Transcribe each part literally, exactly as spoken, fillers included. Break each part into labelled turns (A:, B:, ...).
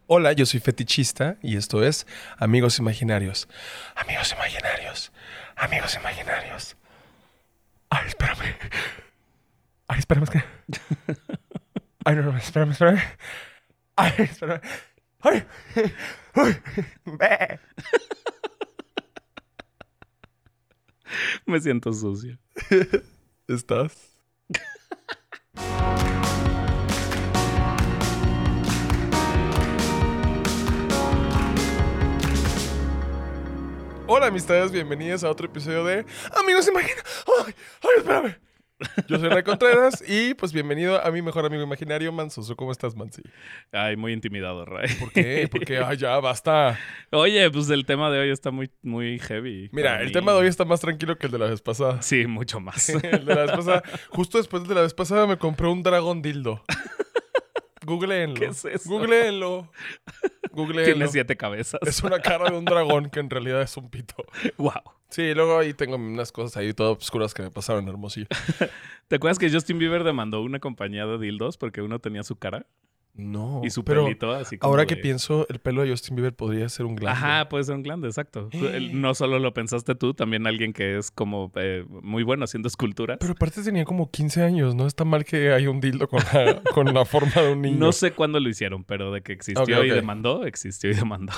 A: Hola, yo soy fetichista y esto es Amigos Imaginarios. Amigos Imaginarios. Amigos Imaginarios. Ay, espérame. Ay, espérame, es que... Ay, no, no, espérame, espérame. Ay, espérame. Ay. Uy. Ve.
B: Me siento sucio.
A: ¿Estás? Hola, amistades, bienvenidos a otro episodio de Amigos Imaginarios. Ay, ay, espérame. Yo soy Ray Contreras y pues bienvenido a mi mejor amigo imaginario, Mansoso. ¿Cómo estás, Mansi?
B: Ay, muy intimidado, Ray.
A: ¿Por qué? Porque, ay, ya, basta.
B: Oye, pues el tema de hoy está muy, muy heavy.
A: Mira, el
B: mí.
A: tema de hoy está más tranquilo que el de la vez pasada.
B: Sí, mucho más.
A: El de la vez pasada, justo después de la vez pasada me compré un dragón dildo. Googleenlo.
B: ¿Qué es eso?
A: Googleenlo. Googleenlo.
B: Tiene siete cabezas.
A: Es una cara de un dragón que en realidad es un pito.
B: Wow.
A: Sí, luego ahí tengo unas cosas ahí todas oscuras que me pasaron hermosillo.
B: ¿Te acuerdas que Justin Bieber demandó una compañía de dildos porque uno tenía su cara
A: No.
B: y su
A: pero
B: pelito así como
A: ahora
B: de...
A: que pienso, el pelo de Justin Bieber podría ser un glande.
B: Ajá, puede ser un glande, exacto. Él- No solo lo pensaste tú, también alguien que es como eh, muy bueno haciendo esculturas.
A: Pero aparte tenía como quince años, ¿no? Está mal que haya un dildo con la, con la forma de un niño.
B: No sé cuándo lo hicieron, pero de que existió
A: Ok, ok.
B: y demandó, existió y demandó.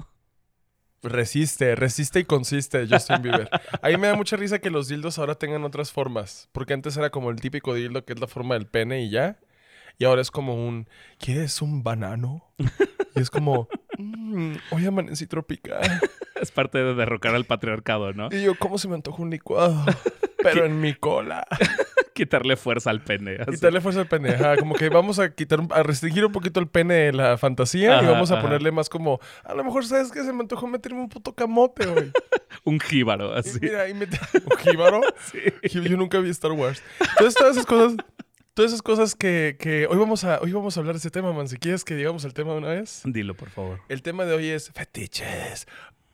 A: Resiste, resiste y consiste Justin Bieber. A mí me da mucha risa que los dildos ahora tengan otras formas. Porque antes era como el típico dildo que es la forma del pene y ya. Y ahora es como un, ¿quieres un banano? Y es como, mmm, hoy amanecí tropical.
B: Es parte de derrocar al patriarcado, ¿no?
A: Y yo, ¿cómo se me antoja un licuado? Pero en mi cola.
B: Quitarle fuerza al pene. así.
A: Quitarle fuerza al pene. Ajá, como que vamos a quitar, a restringir un poquito el pene de la fantasía. Y
B: Ajá,
A: vamos a
B: ajá.
A: ponerle más como, a lo mejor, ¿sabes qué? Se me antojó meterme un puto camote, güey.
B: Un jíbaro,
A: Y
B: así.
A: mira, ahí me... ¿Un jíbaro?
B: Sí.
A: Yo, yo nunca vi Star Wars. Entonces, todas esas cosas... Todas esas cosas que, que hoy, vamos a, hoy vamos a hablar de ese tema, man. Si quieres que digamos el tema de una vez.
B: Dilo, por favor.
A: El tema de hoy es fetiches.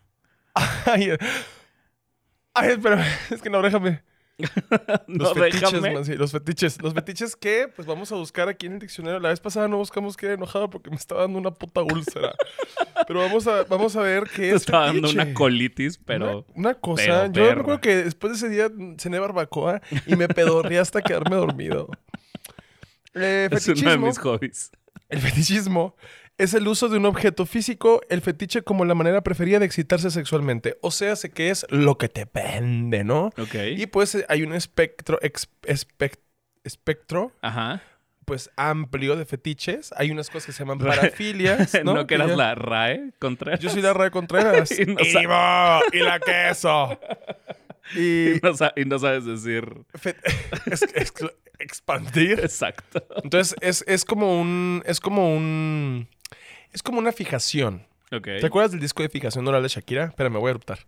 A: Ay, ay, espérame. Es que no, déjame. Los
B: No,
A: fetiches,
B: déjame.
A: man, sí, los fetiches. Los fetiches que, pues vamos a buscar aquí en el diccionario. La vez pasada no buscamos que era enojado porque me estaba dando una puta úlcera. Pero vamos a, vamos a ver qué
B: Te
A: es
B: estaba dando
A: fetiche.
B: una colitis, pero...
A: Una, una cosa,
B: pero
A: yo me
B: perra.
A: acuerdo que después de ese día cené barbacoa y me pedorré hasta quedarme dormido. Eh,
B: Es uno de
A: fetichismo.
B: mis hobbies.
A: El fetichismo es el uso de un objeto físico, el fetiche como la manera preferida de excitarse sexualmente. O sea, sé que es lo que te prende, ¿no?
B: Ok.
A: Y pues eh, hay un espectro, ex- espec- espectro,
B: Ajá.
A: pues amplio de fetiches. Hay unas cosas que se llaman parafilias, ¿no?
B: ¿No, que eras
A: ya-
B: la R A E Contreras?
A: Yo soy la Ray Contreras.
B: Y no sa-
A: ¡Ivo! ¡Y la queso! Y...
B: Y no, sa- y no sabes decir...
A: fe- es- es- expandir.
B: Exacto.
A: Entonces, es, es como un... Es como un... Es como una fijación.
B: Ok.
A: ¿Te acuerdas del disco de fijación oral de Shakira? Espera, me voy a eruptar.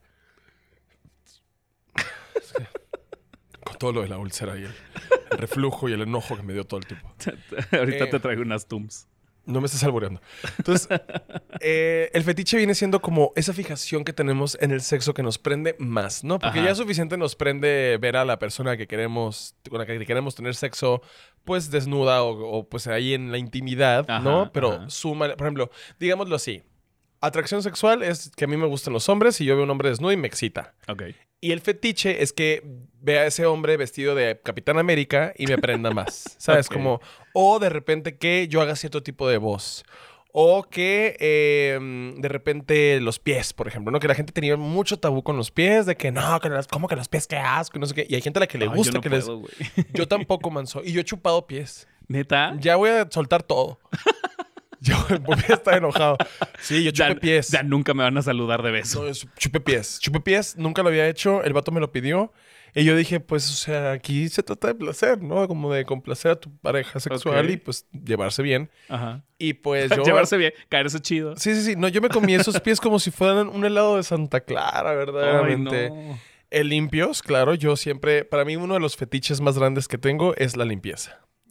A: Con todo lo de la úlcera y el, el reflujo y el enojo que me dio todo el tiempo.
B: Ahorita
A: Eh.
B: te traigo unas tums.
A: No me estás alboreando. Entonces, eh, el fetiche viene siendo como esa fijación que tenemos en el sexo que nos prende más, ¿no? Porque
B: Ajá.
A: ya suficiente nos prende ver a la persona que queremos, con la que queremos tener sexo, pues desnuda o, o, pues ahí en la intimidad, ¿no?
B: Ajá,
A: Pero
B: ajá.
A: suma, por ejemplo, digámoslo así. Atracción sexual es que a mí me gustan los hombres y yo veo un hombre desnudo y me excita.
B: Ok.
A: Y el fetiche es que vea a ese hombre vestido de Capitán América y me prenda más. ¿Sabes?
B: Ok.
A: Como, o de repente que yo haga cierto tipo de voz. O que eh, de repente los pies, por ejemplo, ¿no? Que la gente tenía mucho tabú con los pies, de que no, que las, ¿cómo que los pies? ¡Qué asco! Y no sé qué. Y hay gente a la que le
B: Ay,
A: gusta
B: yo no
A: que
B: puedo,
A: les...
B: güey.
A: Yo tampoco, manso. Y yo he chupado pies.
B: ¿Neta?
A: Ya voy a soltar todo. Yo voy a estar enojado. Sí, yo chupé
B: Ya,
A: pies.
B: ya nunca me van a saludar de beso.
A: No, es- chupé pies. Chupé pies, nunca lo había hecho. El vato me lo pidió. Y yo dije, pues, o sea, aquí se trata de placer, ¿no? Como de complacer a tu pareja sexual
B: Ok.
A: y, pues, llevarse bien.
B: Ajá.
A: Y, pues, yo...
B: Llevarse bien, caerse chido.
A: Sí, sí, sí. No, yo me comí esos pies como si fueran un helado de Santa Clara,
B: Ay,
A: verdaderamente.
B: no.
A: Eh, limpios, claro. Yo siempre... Para mí, uno de los fetiches más grandes que tengo es la limpieza.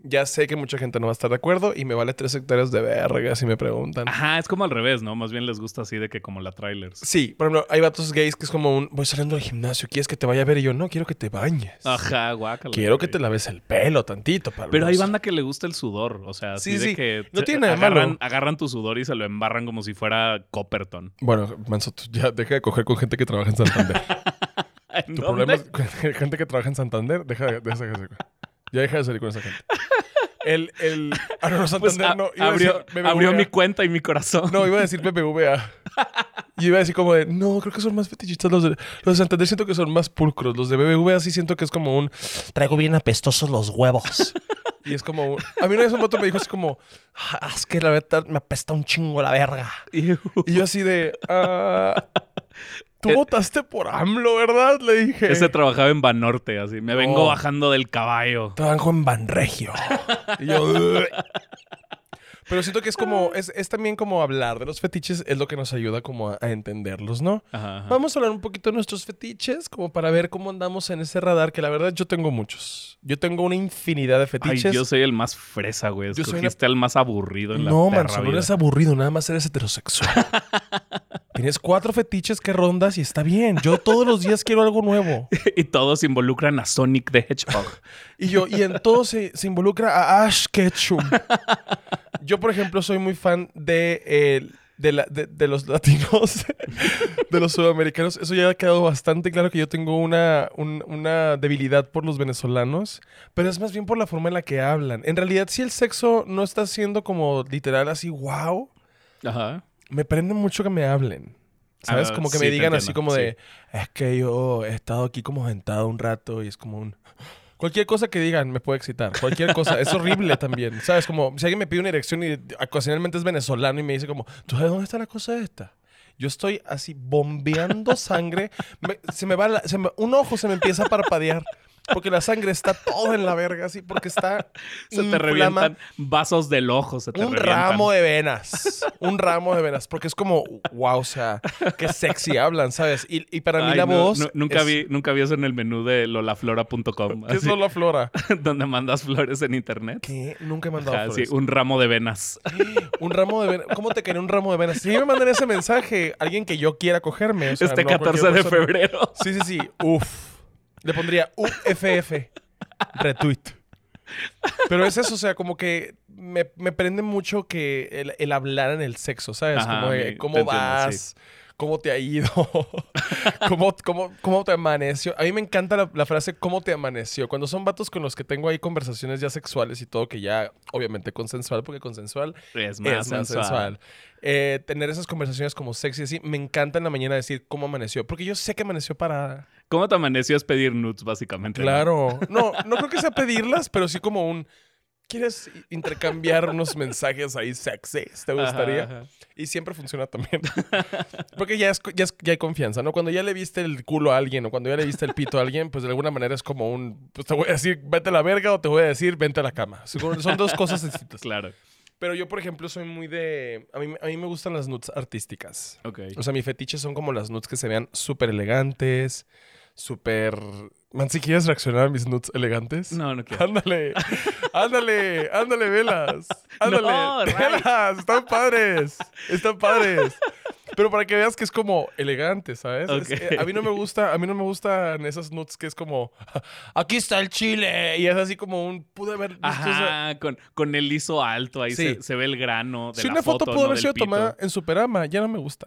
A: Ya sé que mucha gente no va a estar de acuerdo y me vale tres hectáreas de verga si me preguntan.
B: Ajá, es como al revés, ¿no? Más bien les gusta así de que como la trailers.
A: Sí, por ejemplo, hay vatos gays que es como un... Voy saliendo del gimnasio, ¿quieres que te vaya a ver? Y yo, no, quiero que te bañes.
B: Ajá, guácala.
A: Quiero que
B: güey.
A: te laves el pelo tantito. Para
B: Pero hay banda que le gusta el sudor. O sea, así
A: Sí,
B: de
A: sí.
B: que
A: No
B: se-
A: tiene nada de
B: agarran,
A: malo.
B: agarran tu sudor y se lo embarran como si fuera Copperton.
A: Bueno, Manso, tú ya deja de coger con gente que trabaja en Santander.
B: ¿En
A: Tu
B: dónde?
A: problema es con gente que trabaja en Santander. Deja de, deja de- ya deja de salir con esa gente. El, el... Ah, no, no,
B: Pues
A: Santander
B: a-
A: no. Iba a
B: abrió,
A: decir B B V A.
B: abrió mi cuenta y mi corazón.
A: No, iba a decir B B V A. Y iba a decir como de, no, creo que son más fetichistas los de... Los de Santander siento que son más pulcros. Los de B B V A sí siento que es como un... Traigo bien apestosos los huevos. Y es como... A mí una vez un vato me dijo así como... "Ah, es que la verdad me apesta un chingo la verga".
B: Iu.
A: Y yo así de... "Ah, tú votaste por AMLO, ¿verdad?" Le dije.
B: Ese trabajaba en Banorte, así. Me
A: No.
B: vengo bajando del caballo.
A: Trabajo en Banregio. Y yo... "Ugh". Pero siento que es como... Es, es también como hablar de los fetiches. Es lo que nos ayuda como a, a entenderlos, ¿no?
B: Ajá, ajá.
A: Vamos a hablar un poquito de nuestros fetiches, como para ver cómo andamos en ese radar, que la verdad yo tengo muchos. Yo tengo una infinidad de
B: Ay,
A: fetiches.
B: yo soy el más fresa, güey.
A: Yo soy
B: Escogiste al más aburrido en
A: no,
B: la perra
A: Manso, no
B: vida.
A: eres aburrido, nada más eres heterosexual. Tienes cuatro fetiches que rondas y está bien. Yo todos los días quiero algo nuevo.
B: Y todos involucran a Sonic the Hedgehog.
A: Y yo, y en todo se, se involucra a Ash Ketchum. Yo, por ejemplo, soy muy fan de, eh, de, la- de- de los latinos, de los sudamericanos. Eso ya ha quedado bastante claro que yo tengo una, un- una debilidad por los venezolanos, pero es más bien por la forma en la que hablan. En realidad, si el sexo no está siendo como literal así, wow,
B: Ajá.
A: me prende mucho que me hablen. ¿Sabes?
B: Ah,
A: Como que
B: sí,
A: me
B: te
A: digan así
B: entiendo,
A: como de, es que yo he estado aquí como sentado un rato y es como un... Cualquier cosa que digan me puede excitar. Cualquier cosa. Es horrible también. ¿Sabes? Como si alguien me pide una erección y ocasionalmente es venezolano y me dice como, ¿tú sabes dónde está la cosa esta? Yo estoy así bombeando sangre. Me- se me va la- se me- un ojo se me empieza a parpadear. Porque la sangre está toda en la verga, así. Porque está...
B: Se te
A: inflama-
B: revientan vasos del ojo, se te
A: un
B: revientan.
A: ramo de venas. Un ramo de venas. Porque es como, wow, o sea, qué sexy hablan, ¿sabes? Y, y para mí
B: Ay,
A: la
B: no,
A: voz...
B: no, nunca,
A: es-
B: vi, nunca vi eso en el menú de lolaflora punto com.
A: ¿Qué es la flora?
B: Donde mandas flores en internet.
A: ¿Qué? Nunca he mandado
B: Ajá, sí,
A: flores.
B: un ramo de venas.
A: Un ramo de venas. ¿Cómo te quería un ramo de venas? Si me mandan ese mensaje, alguien que yo quiera cogerme. O sea,
B: este
A: no
B: catorce
A: cualquier
B: de
A: persona.
B: febrero.
A: Sí, sí, sí. Uf. Le pondría U F F. Retweet. Pero es eso, o sea, como que me, me prende mucho que el, el hablar en el sexo, ¿sabes?
B: Ajá,
A: como de
B: mi-
A: cómo
B: te entiendo,
A: vas, cómo te ha ido, cómo, cómo, cómo te amaneció. A mí me encanta la, la frase cómo te amaneció. Cuando son vatos con los que tengo ahí conversaciones ya sexuales y todo, que ya obviamente consensual, porque consensual
B: Es más,
A: es más
B: sensual.
A: sensual. Eh, tener esas conversaciones como sexy así, me encanta en la mañana decir cómo amaneció, porque yo sé que amaneció para...
B: ¿Cómo te amaneció? Es pedir nudes, básicamente. ¿no?
A: Claro. No, no creo que sea pedirlas, pero sí como un... ¿Quieres intercambiar unos mensajes ahí sexys? ¿Te gustaría?
B: Ajá, ajá.
A: Y siempre funciona también. Porque ya, es, ya, es- ya hay confianza, ¿no? Cuando ya le viste el culo a alguien o cuando ya le viste el pito a alguien, pues de alguna manera es como un... Pues te voy a decir, vete a la verga o te voy a decir, vente a la cama. Son son dos cosas distintas.
B: Claro.
A: Pero yo, por ejemplo, soy muy de... A mí, a mí me gustan las nudes artísticas.
B: Ok.
A: O sea, mi fetiche son como las nudes que se vean súper elegantes, súper... Man, si quieres reaccionar a mis nudes elegantes.
B: No, no quiero.
A: Ándale, ándale, ándale, velas. Ándale,
B: No, Ray.
A: velas, están padres, están padres. Pero para que veas que es como elegante, ¿sabes? Es-
B: Ok.
A: eh, a mí no me gusta, a mí no me gustan esas nudes que es como, aquí está el chile, y es así como un, pude haber visto esa-
B: Ajá, con, con el liso alto, ahí
A: Sí.
B: se, se ve el grano de
A: Si
B: la
A: una foto,
B: foto,
A: pudo
B: no
A: haber
B: del
A: sido
B: pito.
A: tomada en Superama, ya no me gusta.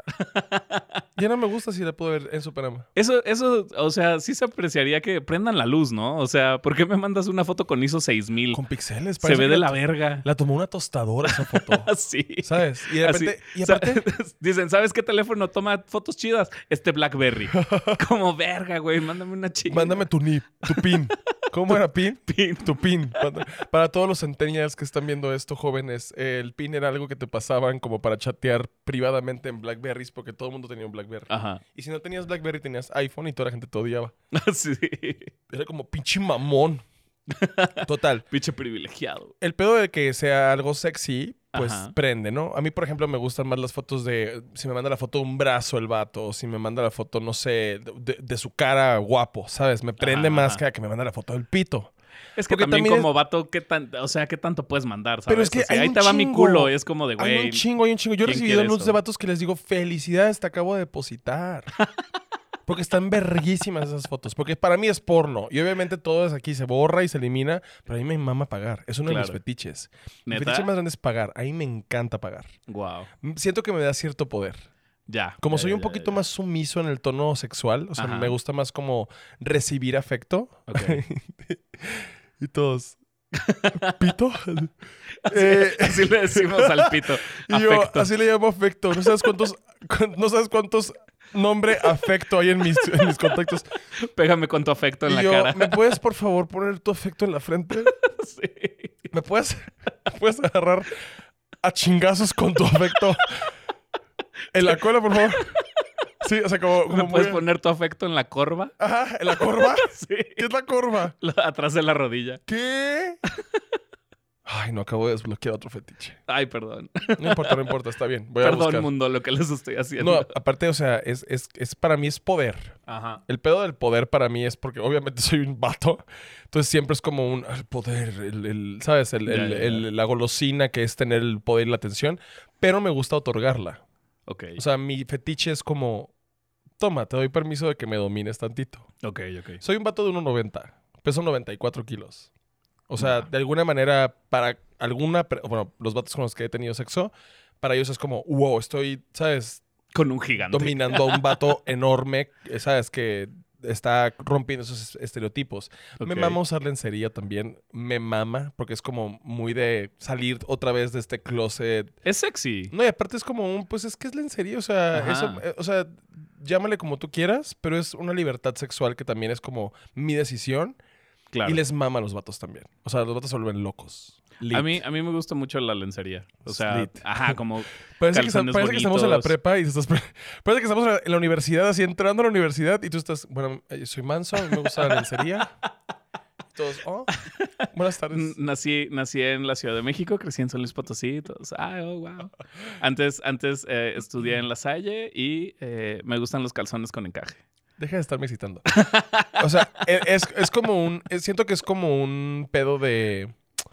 A: Ya no me gusta si la puedo ver en Superama.
B: Eso, eso, o sea, sí se apreciaría que prendan la luz, ¿no? O sea, ¿por qué me mandas una foto con ISO seis mil?
A: Con pixeles.
B: Se
A: parece
B: ve
A: que
B: de
A: la,
B: la verga.
A: la tomó una tostadora esa foto.
B: Sí.
A: ¿Sabes? Y de
B: Así.
A: repente, y
B: Sa-
A: aparte,
B: Dicen, ¿sabes qué teléfono toma fotos chidas? Este BlackBerry. Como verga, güey. Mándame una chica.
A: mándame tu N I P, tu PIN. ¿Cómo era PIN?
B: Pin.
A: Tu PIN. Para, para todos los centennials que están viendo esto, jóvenes, eh, el PIN era algo que te pasaban como para chatear privadamente en Blackberries porque todo el mundo tenía un Blackberry.
B: Ajá.
A: Y si no tenías Blackberry, tenías iPhone y toda la gente te odiaba.
B: Sí.
A: Era como pinche mamón. Total.
B: Pinche privilegiado.
A: El pedo de que sea algo sexy, pues
B: Ajá.
A: prende, ¿no? A mí, por ejemplo, me gustan más las fotos de... Si me manda la foto de un brazo el vato, o si me manda la foto, no sé, de, de su cara guapo, ¿sabes? Me prende
B: Ajá,
A: más
B: ajá.
A: que a que me manda la foto del pito.
B: Es que
A: Porque
B: también,
A: también
B: como vato, ¿qué tan, o sea, ¿qué tanto puedes mandar? ¿Sabes?
A: Pero es que
B: O sea,
A: hay
B: ahí
A: un
B: te va mi
A: chingo.
B: culo. Y es como de, güey.
A: Hay un chingo, hay un chingo. Yo he
B: ¿quién
A: recibido
B: quiere
A: nudes
B: eso?
A: de vatos que les digo, felicidades, te acabo de depositar. Porque están verguísimas esas fotos. Porque para mí es porno. Y obviamente todo es aquí, se borra y se elimina. Pero a mí me mama pagar. Es uno
B: Claro.
A: de mis fetiches. Mi
B: ¿Neta?
A: fetiche más grande es pagar. A mí me encanta pagar.
B: Wow.
A: Siento que me da cierto poder.
B: Ya.
A: Como
B: ya,
A: soy
B: ya,
A: un
B: ya,
A: poquito
B: ya.
A: más sumiso en el tono sexual, o sea,
B: Ajá.
A: me gusta más como recibir afecto.
B: Ok.
A: Y todos. ¿Pito?
B: Así,
A: Eh,
B: así le decimos al pito.
A: y yo
B: Afecto.
A: así le llamo afecto. No sabes cuántos, cu- no sabes cuántos nombre afecto hay en mis, en mis contactos.
B: Pégame con tu afecto en
A: Y
B: la
A: yo,
B: cara.
A: ¿me puedes por favor poner tu afecto en la frente?
B: Sí.
A: ¿Me puedes, ¿me puedes agarrar a chingazos con tu afecto en la cola, por favor? Sí, o sea, como... como
B: ¿Me puedes
A: muy-
B: poner tu afecto en la corva?
A: Ajá, ¿en la corva?
B: Sí.
A: ¿Qué es la corva?
B: Atrás de la rodilla.
A: ¿Qué? Ay, no, acabo de desbloquear otro fetiche.
B: Ay, perdón.
A: No importa, no importa, está bien. Voy a
B: Perdón,
A: buscar.
B: mundo, lo que les estoy haciendo.
A: No, aparte, o sea, es, es, es para mí es poder.
B: Ajá.
A: El pedo del poder para mí es porque obviamente soy un vato. Entonces siempre es como un el poder, el, el- ¿sabes? El,
B: Ya,
A: el-
B: ya, ya.
A: el- la golosina que es tener el poder y la atención. Pero me gusta otorgarla.
B: Ok.
A: O sea, mi fetiche es como, toma, te doy permiso de que me domines tantito.
B: Ok, ok.
A: Soy un vato de uno noventa. Peso noventa y cuatro kilos. O sea,
B: Ya.
A: de alguna manera, para alguna... per- Bueno, los vatos con los que he tenido sexo, para ellos es como, wow, estoy, ¿sabes?
B: Con un gigante.
A: Dominando a un vato enorme, eh, ¿sabes? Que está rompiendo esos estereotipos. Me
B: Ok.
A: mama usar lencería también. Me mama, porque es como muy de salir otra vez de este closet.
B: Es sexy.
A: No, y aparte es como un, pues es que es lencería, o sea,
B: Ajá.
A: eso, eh, o sea, llámale como tú quieras, pero es una libertad sexual que también es como mi decisión.
B: Claro.
A: Y les mama a los vatos también. O sea, los vatos se vuelven locos. Lit.
B: A mí, a mí me gusta mucho la lencería. O sea,
A: Lit.
B: ajá, como...
A: Parece, que, está-
B: calzones
A: parece que estamos en la
B: bonitos.
A: prepa y estás... pre- Parece que estamos en la, en la universidad, así entrando a la universidad y tú estás... Bueno, eh, soy manso, a mí me gusta la lencería. Y todos, oh, buenas tardes.
B: N- Nací, nací en la Ciudad de México, crecí en San Luis Potosí. Todos, ah, oh, wow. Antes, antes eh, estudié en La Salle y eh, me gustan los calzones con encaje.
A: Deja de estarme excitando. O sea, e- es, es como un... es- siento que es como un pedo de...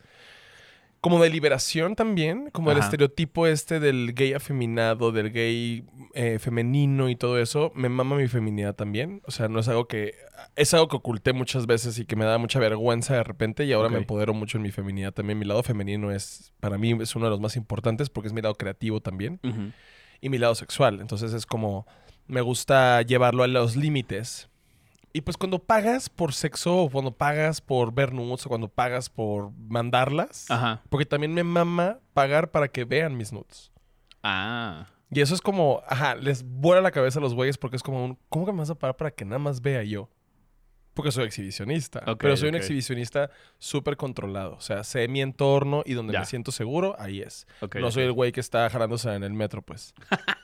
A: Como de liberación también. Como el
B: Ajá.
A: estereotipo este del gay afeminado, del gay eh, femenino y todo eso. Me mama mi feminidad también. O sea, no es algo que... Es algo que oculté muchas veces y que me da mucha vergüenza de repente. Y ahora
B: Ok.
A: me empodero mucho en mi feminidad también. Mi lado femenino es... Para mí es uno de los más importantes porque es mi lado creativo también.
B: Ujú.
A: Y mi lado sexual. Entonces es como... Me gusta llevarlo a los límites. Y pues cuando pagas por sexo o cuando pagas por ver nudes o cuando pagas por mandarlas...
B: Ajá.
A: Porque también me mama pagar para que vean mis nudes.
B: Ah.
A: Y eso es como... Ajá, les vuela la cabeza a los güeyes porque es como un... ¿Cómo que me vas a pagar para que nada más vea yo? Porque soy exhibicionista.
B: Ok,
A: pero soy un
B: ok.
A: exhibicionista súper controlado. O sea, sé mi entorno y donde
B: Ya.
A: me siento seguro, ahí es.
B: Ok,
A: no
B: ok.
A: soy el güey que está jalándose en el metro, pues.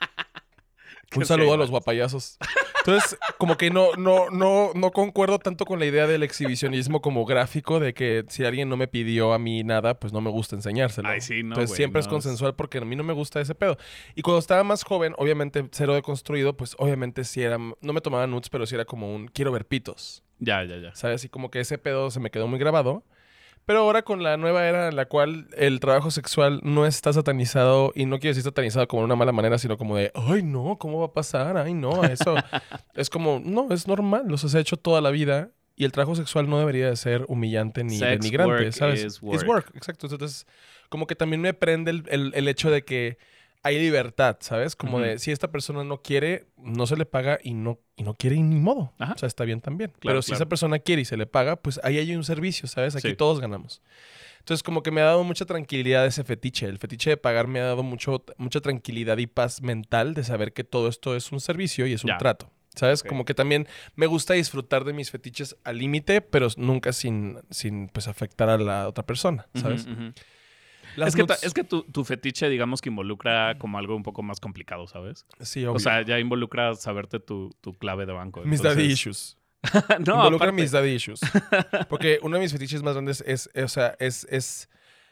B: Que
A: Un
B: sí
A: saludo
B: hay
A: a los
B: varios.
A: guapayazos. Entonces, como que no, no, no, no concuerdo tanto con la idea del exhibicionismo como gráfico, de que si alguien no me pidió a mí nada, pues no me gusta enseñárselo.
B: Ay, sí, no,
A: Entonces
B: güey,
A: siempre es
B: no,
A: consensual porque a mí no me gusta ese pedo. Y cuando estaba más joven, obviamente cero deconstruido, pues obviamente sí era, no me tomaba nudes, pero sí era como un quiero ver pitos.
B: Ya, ya, ya.
A: ¿Sabes? Y como que ese pedo se me quedó muy grabado. Pero ahora con la nueva era en la cual el trabajo sexual no está satanizado, y no quiero decir satanizado como de una mala manera, sino como de, ay no, ¿cómo va a pasar? Ay no, eso es como, no, es normal, lo se ha hecho toda la vida y el trabajo sexual no debería de ser humillante ni
B: Sex
A: denigrante,
B: work
A: ¿sabes?
B: is
A: It's
B: work.
A: exacto. Entonces, como que también me prende el, el- el hecho de que hay libertad, ¿sabes? Como
B: Ujú.
A: de, si esta persona no quiere, no se le paga y no, y no quiere y ni modo.
B: Ajá.
A: O sea, está bien también.
B: Claro,
A: Pero si
B: claro.
A: esa persona quiere y se le paga, pues ahí hay un servicio, ¿sabes? Aquí
B: Sí.
A: todos ganamos. Entonces, como que me ha dado mucha tranquilidad ese fetiche. El fetiche de pagar me ha dado mucho, mucha tranquilidad y paz mental de saber que todo esto es un servicio y es un
B: Ya.
A: trato. ¿Sabes?
B: Ok.
A: Como que también me gusta disfrutar de mis fetiches al límite, pero nunca sin, sin pues, afectar a la otra persona, ¿sabes?
B: Ujú, ujú.
A: Las
B: Es que, ta-
A: nudes-
B: es que tu, tu fetiche, digamos que involucra como algo un poco más complicado, ¿sabes?
A: Sí, obvio.
B: O sea, ya involucra saberte tu, tu clave de banco.
A: mis
B: entonces-
A: daddy issues.
B: no,
A: Involucra
B: aparte.
A: mis daddy issues. Porque uno de mis fetiches más grandes es, es, o sea, es, es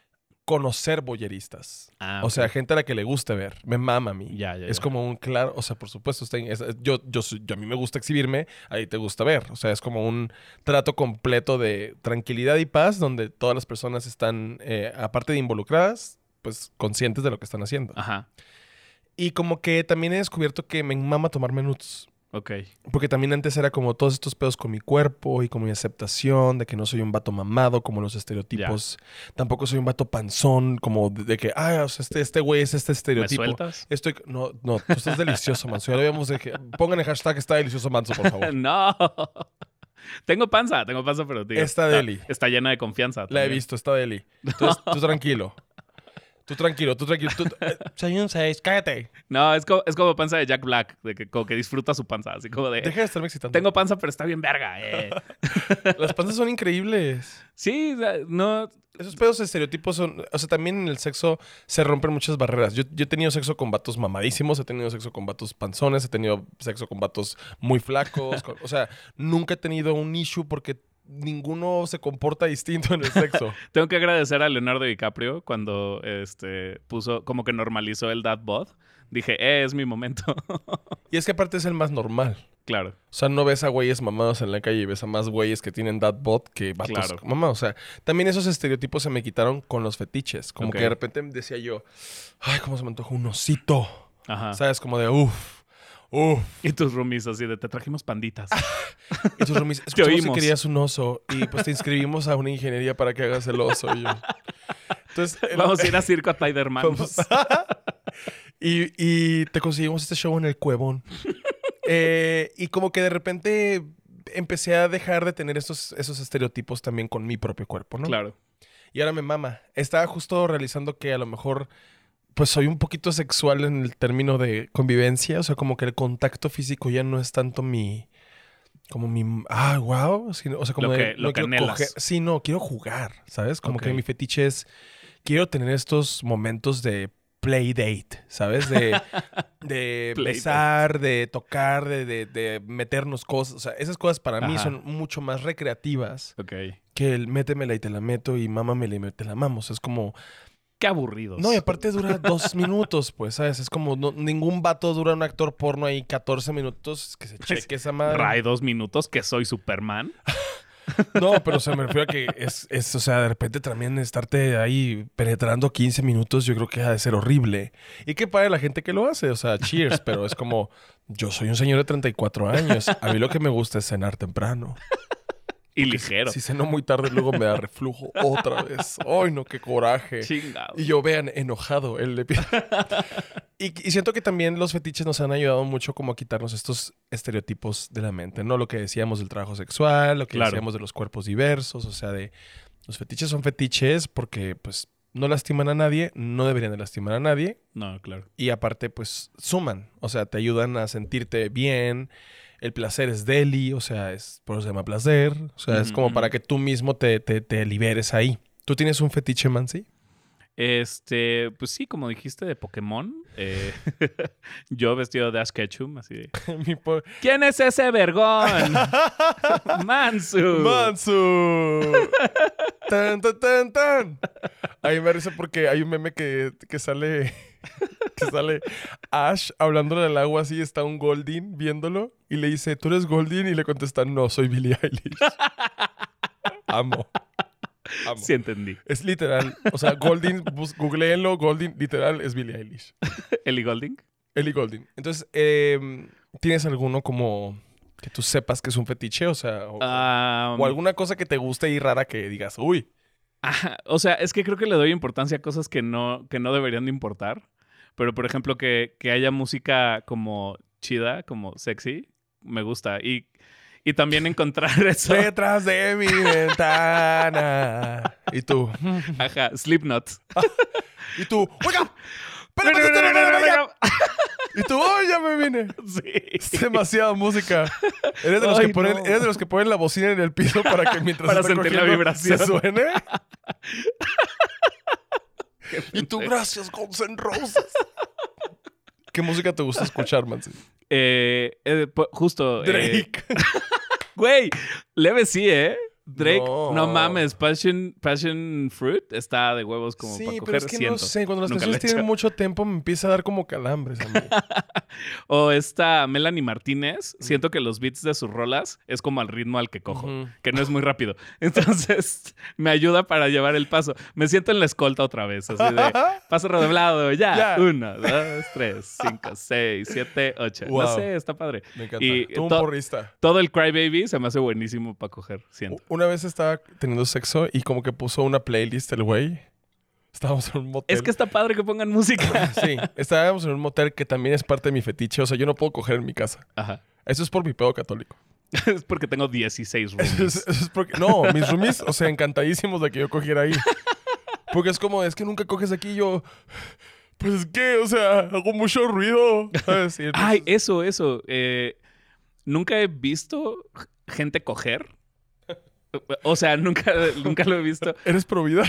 A: conocer boyeristas.
B: Ah,
A: O
B: ok.
A: sea, gente a la que le guste ver. Me mama a mí.
B: Ya, ya,
A: Es
B: ya.
A: como un claro, o sea, por supuesto, está en- es- yo, yo, soy- yo a mí me gusta exhibirme, ahí te gusta ver. O sea, es como un trato completo de tranquilidad y paz donde todas las personas están, eh, aparte de involucradas, pues conscientes de lo que están haciendo.
B: Ajá.
A: Y como que también he descubierto que me mama tomarme nudes.
B: Ok.
A: Porque también antes era como todos estos pedos con mi cuerpo y con mi aceptación de que no soy un vato mamado como los estereotipos. Tampoco soy un vato panzón como de, de que, ah, o sea, este, este güey es este
B: ¿Me
A: estereotipo.
B: sueltas?
A: Estoy, no, no, tú estás delicioso, Manso. Ya lo habíamos de que, pongan el hashtag está delicioso, Manso, por favor.
B: No. Tengo panza, tengo panza, pero tío.
A: Está deli.
B: Está llena de confianza.
A: La he
B: también.
A: visto, está deli. Entonces, tú tranquilo. Tú tranquilo, tú tranquilo. Tú, eh, soy un seis, cállate.
B: No, es como, es como panza de Jack Black, de que como que disfruta su panza, así como de...
A: Deja de estarme excitando.
B: Tengo panza, pero está bien verga. Eh.
A: Las panzas son increíbles.
B: Sí, o sea, no...
A: Esos pedos estereotipos son... O sea, también en el sexo se rompen muchas barreras. Yo, yo he tenido sexo con vatos mamadísimos, he tenido sexo con vatos panzones, he tenido sexo con vatos muy flacos. con- o sea, nunca he tenido un issue porque ninguno se comporta distinto en el sexo.
B: Tengo que agradecer a Leonardo DiCaprio cuando este, puso, como que normalizó el dad bod. Dije, eh, es mi momento.
A: Y es que aparte es el más normal.
B: Claro.
A: O sea, no ves a güeyes mamados en la calle y ves a más güeyes que tienen that bot que vatos
B: Claro.
A: mamados. O sea, también esos estereotipos se me quitaron con los fetiches. Como
B: Ok.
A: que de repente decía yo, ay, cómo se me antoja un osito.
B: Ajá.
A: ¿Sabes? Como de, uff, uff.
B: Y tus roomies así de, te trajimos panditas.
A: Y tus roomies, escuchamos que
B: oímos.
A: querías un oso y pues te inscribimos a una ingeniería para que hagas el oso. Y yo. Entonces, el-
B: Vamos a ir a Circo a Tiderman.
A: Vamos. y, y te conseguimos este show en el Cuevón. Eh, y como que de repente empecé a dejar de tener esos, esos estereotipos también con mi propio cuerpo, ¿no?
B: Claro.
A: Y ahora me mama. Estaba justo realizando que a lo mejor pues soy un poquito sexual en el término de convivencia. O sea, como que el contacto físico ya no es tanto mi... Como mi... Ah, wow. Sino, o sea, como
B: Lo
A: de,
B: que- lo que
A: quiero
B: anhelas.
A: Sí, no, quiero jugar, ¿sabes? Como
B: Ok.
A: que mi fetiche es... Quiero tener estos momentos de play date, ¿sabes? De, de
B: Play
A: besar, de tocar, de, de, de meternos cosas. O sea, esas cosas para mí
B: Ajá.
A: son mucho más recreativas
B: Ok.
A: que el métemela y te la meto y mámamela y me te la mamos. Es como...
B: Qué aburridos.
A: No, y aparte dura dos minutos, pues, ¿sabes? Es como no- ningún vato dura un actor porno ahí catorce minutos que se cheque esa madre.
B: Ray, dos minutos, que soy Superman.
A: No, pero se me refiero a que es, es, o sea, de repente también estarte ahí penetrando quince minutos, yo creo que ha de ser horrible. Y qué padre la gente que lo hace, o sea, cheers, pero es como, yo soy un señor de treinta y cuatro años, a mí lo que me gusta es cenar temprano.
B: Y ligero.
A: Si ceno muy tarde, luego me da reflujo otra vez. ¡Ay, no, qué coraje!
B: Chingado.
A: Y yo, vean, enojado. Él le pide. y, y siento que también los fetiches nos han ayudado mucho como a quitarnos estos estereotipos de la mente, ¿no? Lo que decíamos del trabajo sexual, lo que
B: Claro.
A: decíamos de los cuerpos diversos, o sea, de los fetiches son fetiches porque, pues, no lastiman a nadie, no deberían de lastimar a nadie
B: No, claro.
A: y aparte, pues, suman, o sea, te ayudan a sentirte bien. El placer es deli, o sea, es por eso se llama placer, o sea, es
B: Ujú,
A: como
B: ujú.
A: para que tú mismo te, te, te liberes ahí. ¿Tú tienes un fetiche, Mansi?
B: Este, pues sí, como dijiste de Pokémon, eh, yo vestido de Ash Ketchum, así de,
A: Mi po-
B: ¿quién es ese vergón? Mansu.
A: ¡Mansu! ¡Tan, tan, tan, tan! Ahí me risa porque hay un meme que, que sale que sale Ash hablándole al agua así, está un Goldin viéndolo y le dice, ¿tú eres Goldin? Y le contesta, no, soy Billie Eilish. Amo. Amo.
B: Sí entendí.
A: Es literal. O sea, Goldin, bus- googleenlo, Goldin, literal, es Billie Eilish.
B: Ellie Golding.
A: Ellie Golding. Entonces, eh, ¿tienes alguno como que tú sepas que es un fetiche? O sea, o,
B: Ah,
A: o alguna cosa que te guste y rara que digas, uy.
B: ajá, o sea, es que creo que le doy importancia a cosas que no, que no deberían de importar. Pero, por ejemplo, que, que haya música como chida, como sexy, me gusta. Y, y también encontrar eso.
A: Detrás de mi ventana. Y tú.
B: Ajá, Slipknot.
A: Y tú. ¡Oiga! ¡Espérame, espérame, espérame, espérame! Y tú, ¡oh, ya me vine!
B: Sí.
A: Es demasiada música. Eres de, los
B: Ay,
A: que ponen,
B: no.
A: eres de los que ponen la bocina en el piso para que mientras
B: Para
A: está
B: sentir la
A: cogiendo
B: vibración.
A: se suene.
B: Qué
A: Y tú,
B: pendejo.
A: gracias, Guns N' Roses. ¿Qué música te gusta escuchar, Mansi?
B: Eh, eh, pu- justo. eh,
A: Drake.
B: Güey, leve sí, ¿eh? Drake,
A: No.
B: no, mames, Passion, Passion Fruit está de huevos como
A: Sí,
B: para
A: pero
B: coger,
A: es que
B: siento.
A: no sé, cuando las
B: Nunca lo he
A: canciones tienen
B: hecho.
A: mucho tiempo me empieza a dar como calambres a mí.
B: O esta Melanie Martínez, siento que los beats de sus rolas es como al ritmo al que cojo,
A: Ujú.
B: que no es muy rápido. Entonces, me ayuda para llevar el paso. Me siento en la escolta otra vez, así de paso redoblado, ya.
A: Ya.
B: Uno, dos, tres, cinco, seis, siete, ocho. No
A: Wow.
B: sé, está padre.
A: Me encanta.
B: Y
A: Tú un
B: to-
A: porrista.
B: todo el Crybaby se me hace buenísimo para coger, siento.
A: Una vez estaba teniendo sexo y como que puso una playlist el güey. Estábamos en un motel.
B: Es que está padre que pongan música.
A: Sí, estábamos en un motel que también es parte de mi fetiche. O sea, yo no puedo coger en mi casa.
B: Ajá.
A: Eso es por mi pedo católico.
B: Es porque tengo dieciséis
A: Eso es,
B: roomies.
A: eso es porque... No, mis roomies, o sea, encantadísimos de que yo cogiera ahí. Porque es como, es que nunca coges aquí. Yo, pues es que, o sea, hago mucho ruido. ¿Sabes? Y entonces-
B: Ay, eso, eso. Eh, nunca he visto gente coger. O sea, nunca, nunca lo he visto.
A: ¿Eres pro vida?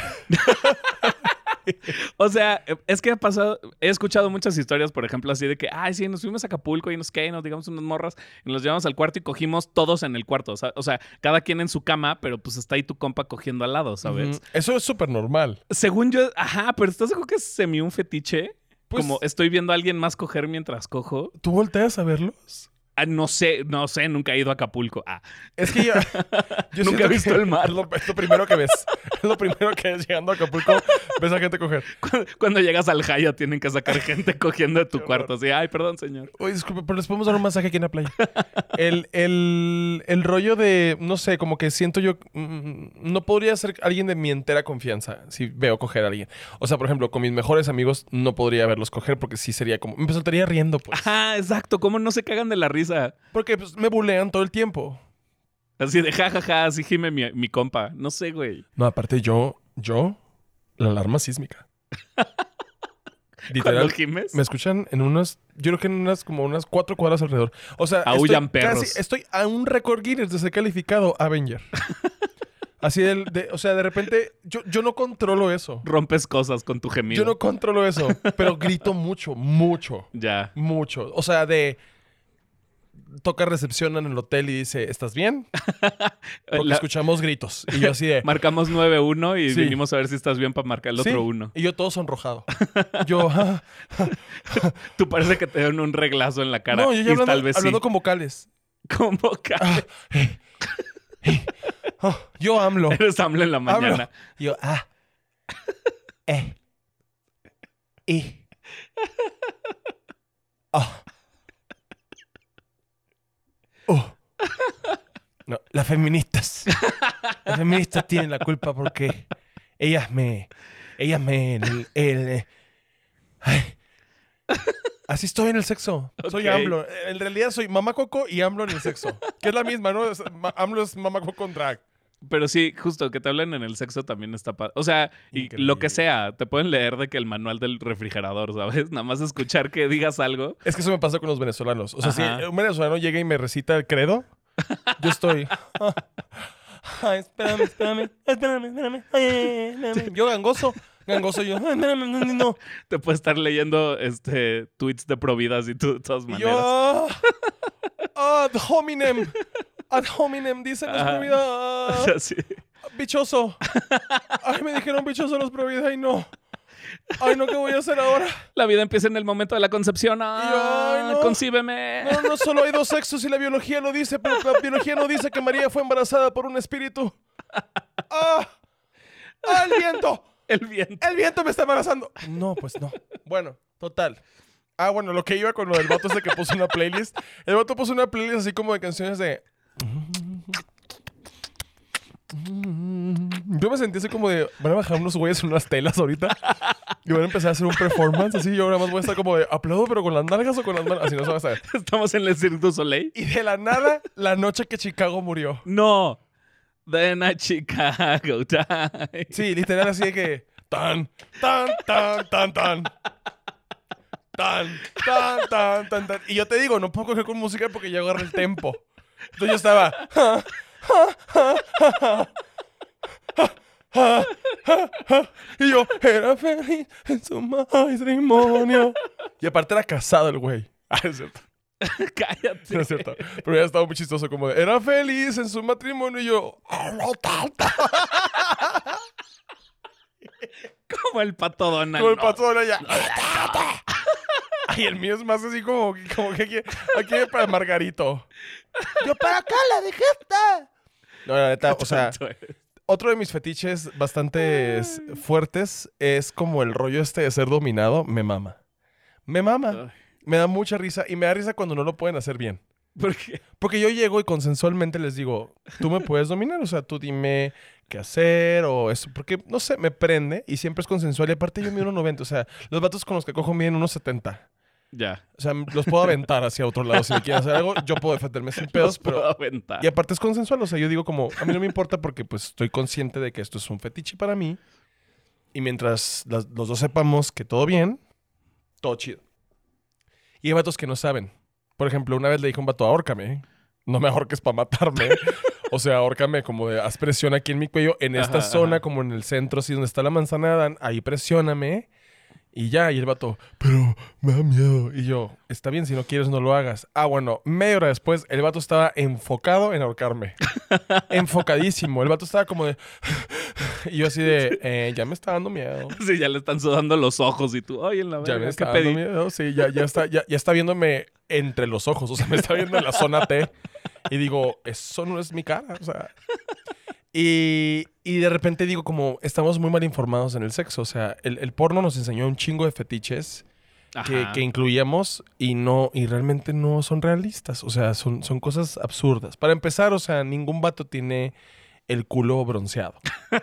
B: O sea, es que ha pasado, he escuchado muchas historias, por ejemplo, así de que, ay, sí, nos fuimos a Acapulco y nos qué, nos digamos unas morras, y nos llevamos al cuarto y cogimos todos en el cuarto. O sea, o sea, cada quien en su cama, pero pues está ahí tu compa cogiendo al lado, ¿sabes?
A: Ujú. Eso es súper normal.
B: Según yo, ajá, pero ¿estás de acuerdo que es semi un fetiche?
A: Pues-
B: Como estoy viendo a alguien más coger mientras cojo.
A: ¿Tú volteas a verlos?
B: Ah, no sé, no sé, nunca he ido a Acapulco. Ah,
A: Es que ya... yo
B: Nunca
A: siento
B: he visto
A: que
B: el mar.
A: Es lo, es lo primero que ves. Es lo primero que ves llegando a Acapulco. Ves a gente coger.
B: cu- cuando llegas al Hyatt tienen que sacar gente cogiendo de tu
A: Qué
B: cuarto. Así, ay, perdón, señor.
A: Oye, disculpe, pero les podemos dar un masaje aquí en la playa. El, el, el rollo de, no sé, como que siento yo, mm, no podría ser alguien de mi entera confianza si veo coger a alguien. O sea, por ejemplo, con mis mejores amigos no podría verlos coger porque sí sería como, me soltaría riendo, pues.
B: Ajá, exacto. ¿Cómo no se cagan de la risa?
A: Porque pues, me bulean todo el tiempo.
B: Así de jajaja, así gime mi, mi compa. No sé, güey.
A: No, aparte yo, yo, la alarma sísmica.
B: Cuando
A: Literal,
B: gimes.
A: me escuchan en unas, yo creo que en unas como unas cuatro cuadras alrededor. O sea,
B: Aúllan
A: estoy
B: perros.
A: casi- estoy a un récord Guinness de ser calificado Avenger. Así del, de, o sea, de repente, yo, yo no controlo eso.
B: Rompes cosas con tu gemido.
A: Yo no controlo eso, pero grito mucho, mucho,
B: Ya.
A: mucho. O sea, de toca recepción en el hotel y dice, ¿estás bien? Porque
B: La-
A: escuchamos gritos. Y yo así de...
B: Marcamos nueve uno y
A: Sí.
B: vinimos a ver si estás bien para marcar el
A: "Sí".
B: otro uno.
A: Y yo todo sonrojado. Yo, "Ah".
B: Tú parece que te dan un reglazo en la cara.
A: no, yo ya
B: y
A: hablando,
B: tal vez
A: hablando
B: sí.
A: con vocales.
B: Como ca-
A: Ah, eh, eh. Ah, yo AMLO.
B: Eres AMLO en la
A: AMLO.
B: mañana.
A: Y yo, ah. Eh. Y. Ah. Oh. No, las feministas. Las feministas tienen la culpa porque ellas me. Ellas me. El, el- ay. Así estoy en el sexo. Soy
B: Ok.
A: AMLO. En realidad soy Mamá Coco y AMLO en el sexo. Que es la misma, ¿no? Es- ma- AMLO es Mamá Coco en drag.
B: Pero sí, justo que te hablen en el sexo también está padre. O sea, y
A: Increíble.
B: lo que sea, te pueden leer de que el manual del refrigerador, ¿sabes? Nada más escuchar que digas algo.
A: Es que eso me pasa con los venezolanos. O sea,
B: Ajá.
A: si un venezolano llega y me recita el credo, yo estoy. Ay, espérame, espérame, espérame, espérame. Ay, ay, ay, espérame. Yo gangoso, gangoso yo. Ay, espérame, no, no, no.
B: Te puede estar leyendo este tweets de providas y tú de todas
A: Y
B: maneras.
A: yo. ah, Ad hominem. Ad hominem, dicen los
B: Ajá.
A: pro vida. ah,
B: O sea, sí.
A: bichoso. Ay, me dijeron bichoso los pro vida. Ay, no. Ay, no, ¿qué voy a hacer ahora?
B: La vida empieza en el momento de la concepción. ¡Ah!
A: ay, no.
B: ¡Concíbeme!
A: No, no solo hay dos sexos y la biología lo dice, pero la biología no dice que María fue embarazada por un espíritu. ¡Ah! ¡Ah, el viento!
B: El viento.
A: ¡El viento me está embarazando! No, pues no. Bueno, total. Ah, bueno, lo que iba con lo del vato ese que puso una playlist. El vato puso una playlist así como de canciones de... Yo me sentí así como de... Van a bajar unos güeyes en unas telas ahorita. Y van a empezar a hacer un performance así. Yo nada más voy a estar como de... ¿Aplaudo pero con las nalgas o con las manos? Así no se va a saber.
B: Estamos en el Cirque du Soleil.
A: Y de la nada, la noche que Chicago murió.
B: No. Then a Chicago die.
A: Sí, literal así de que... Tan, tan, tan, tan, tan. Tan, tan, tan, tan, tan. Y yo te digo, no puedo coger con música porque ya agarré el tempo. Entonces yo estaba... Y yo, era feliz en su matrimonio. Y aparte era casado el güey. Ah, es cierto.
B: Cállate.
A: No es cierto. Pero ya estaba muy chistoso como de, era feliz en su matrimonio y yo, "Oh, no tanto".
B: Como el pato Donald.
A: Como el
B: no.
A: pato Donald ya. Y el mío es más así como, como que aquí, aquí para Margarito. Yo, ¿para acá la dijiste? No, la neta, o sea, otro de mis fetiches bastante fuertes es como el rollo este de ser dominado. Me mama. Me mama.
B: Ay.
A: Me da mucha risa y me da risa cuando no lo pueden hacer bien.
B: ¿Por qué?
A: Porque yo llego y consensualmente les digo, tú me puedes dominar, o sea, tú dime qué hacer o eso. Porque, no sé, me prende y siempre es consensual. Y aparte yo mido uno noventa, o sea, los vatos con los que cojo miden uno setenta.
B: Ya.
A: O sea, los puedo aventar hacia otro lado. Si me quieren hacer algo, yo puedo defenderme sin pedos,
B: Los puedo
A: pero...
B: aventar.
A: Y aparte es consensual, o sea, yo digo como, a mí no me importa porque pues estoy consciente de que esto es un fetiche para mí. Y mientras las- los dos sepamos que todo bien, todo chido. Y hay vatos que no saben. Por ejemplo, una vez le dije a un vato, ahórcame. No me ahorques para matarme. O sea, ahórcame como de, haz presión aquí en mi cuello, en esta
B: Ajá,
A: zona,
B: ajá.
A: como en el centro, así donde está la manzana de Adán, ahí presióname. Y ya, y el vato, pero me da miedo. Y yo, está bien, si no quieres no lo hagas. Ah, bueno, media hora después, el vato estaba enfocado en ahorcarme. Enfocadísimo. El vato estaba como de... Y yo así de, eh, ya me está dando miedo.
B: Sí, ya le están sudando los ojos y tú, oye, en la
A: Ya me
B: verga, ¿qué
A: está dando
B: pedí?
A: miedo. Sí, ya, ya, está, ya, ya está viéndome entre los ojos. O sea, me está viendo en la zona T. Y digo, eso no es mi cara. O sea... Y, y de repente digo como, estamos muy mal informados en el sexo. O sea, el, el porno nos enseñó un chingo de fetiches que,
B: Ajá.
A: que incluíamos y no y realmente no son realistas. O sea, son, son cosas absurdas. Para empezar, o sea, ningún vato tiene el culo bronceado.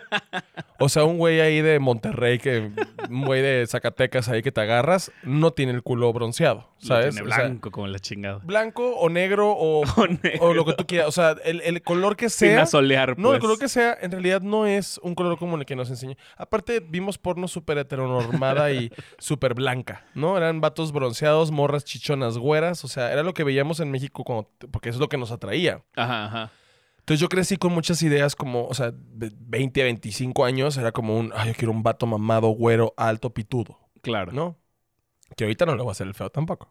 A: O sea, un güey ahí de Monterrey, que un güey de Zacatecas ahí que te agarras, no tiene el culo bronceado,
B: Lo
A: ¿sabes?
B: tiene
A: O sea,
B: blanco como la chingada.
A: blanco o negro o,
B: O negro.
A: o lo que tú quieras. O sea, el, el color que
B: Sin
A: sea...
B: asolear,
A: No, el
B: pues.
A: color que sea, en realidad no es un color como el que nos enseñó. Aparte, vimos porno súper heteronormada y súper blanca, ¿no? Eran vatos bronceados, morras chichonas, güeras. O sea, era lo que veíamos en México cuando- porque es lo que nos atraía.
B: Ajá, ajá.
A: Entonces yo crecí con muchas ideas como, o sea, de veinte a veinticinco años era como un, ay, yo quiero un vato mamado, güero, alto, pitudo,
B: Claro.
A: ¿no? Que ahorita no le voy a hacer el feo tampoco.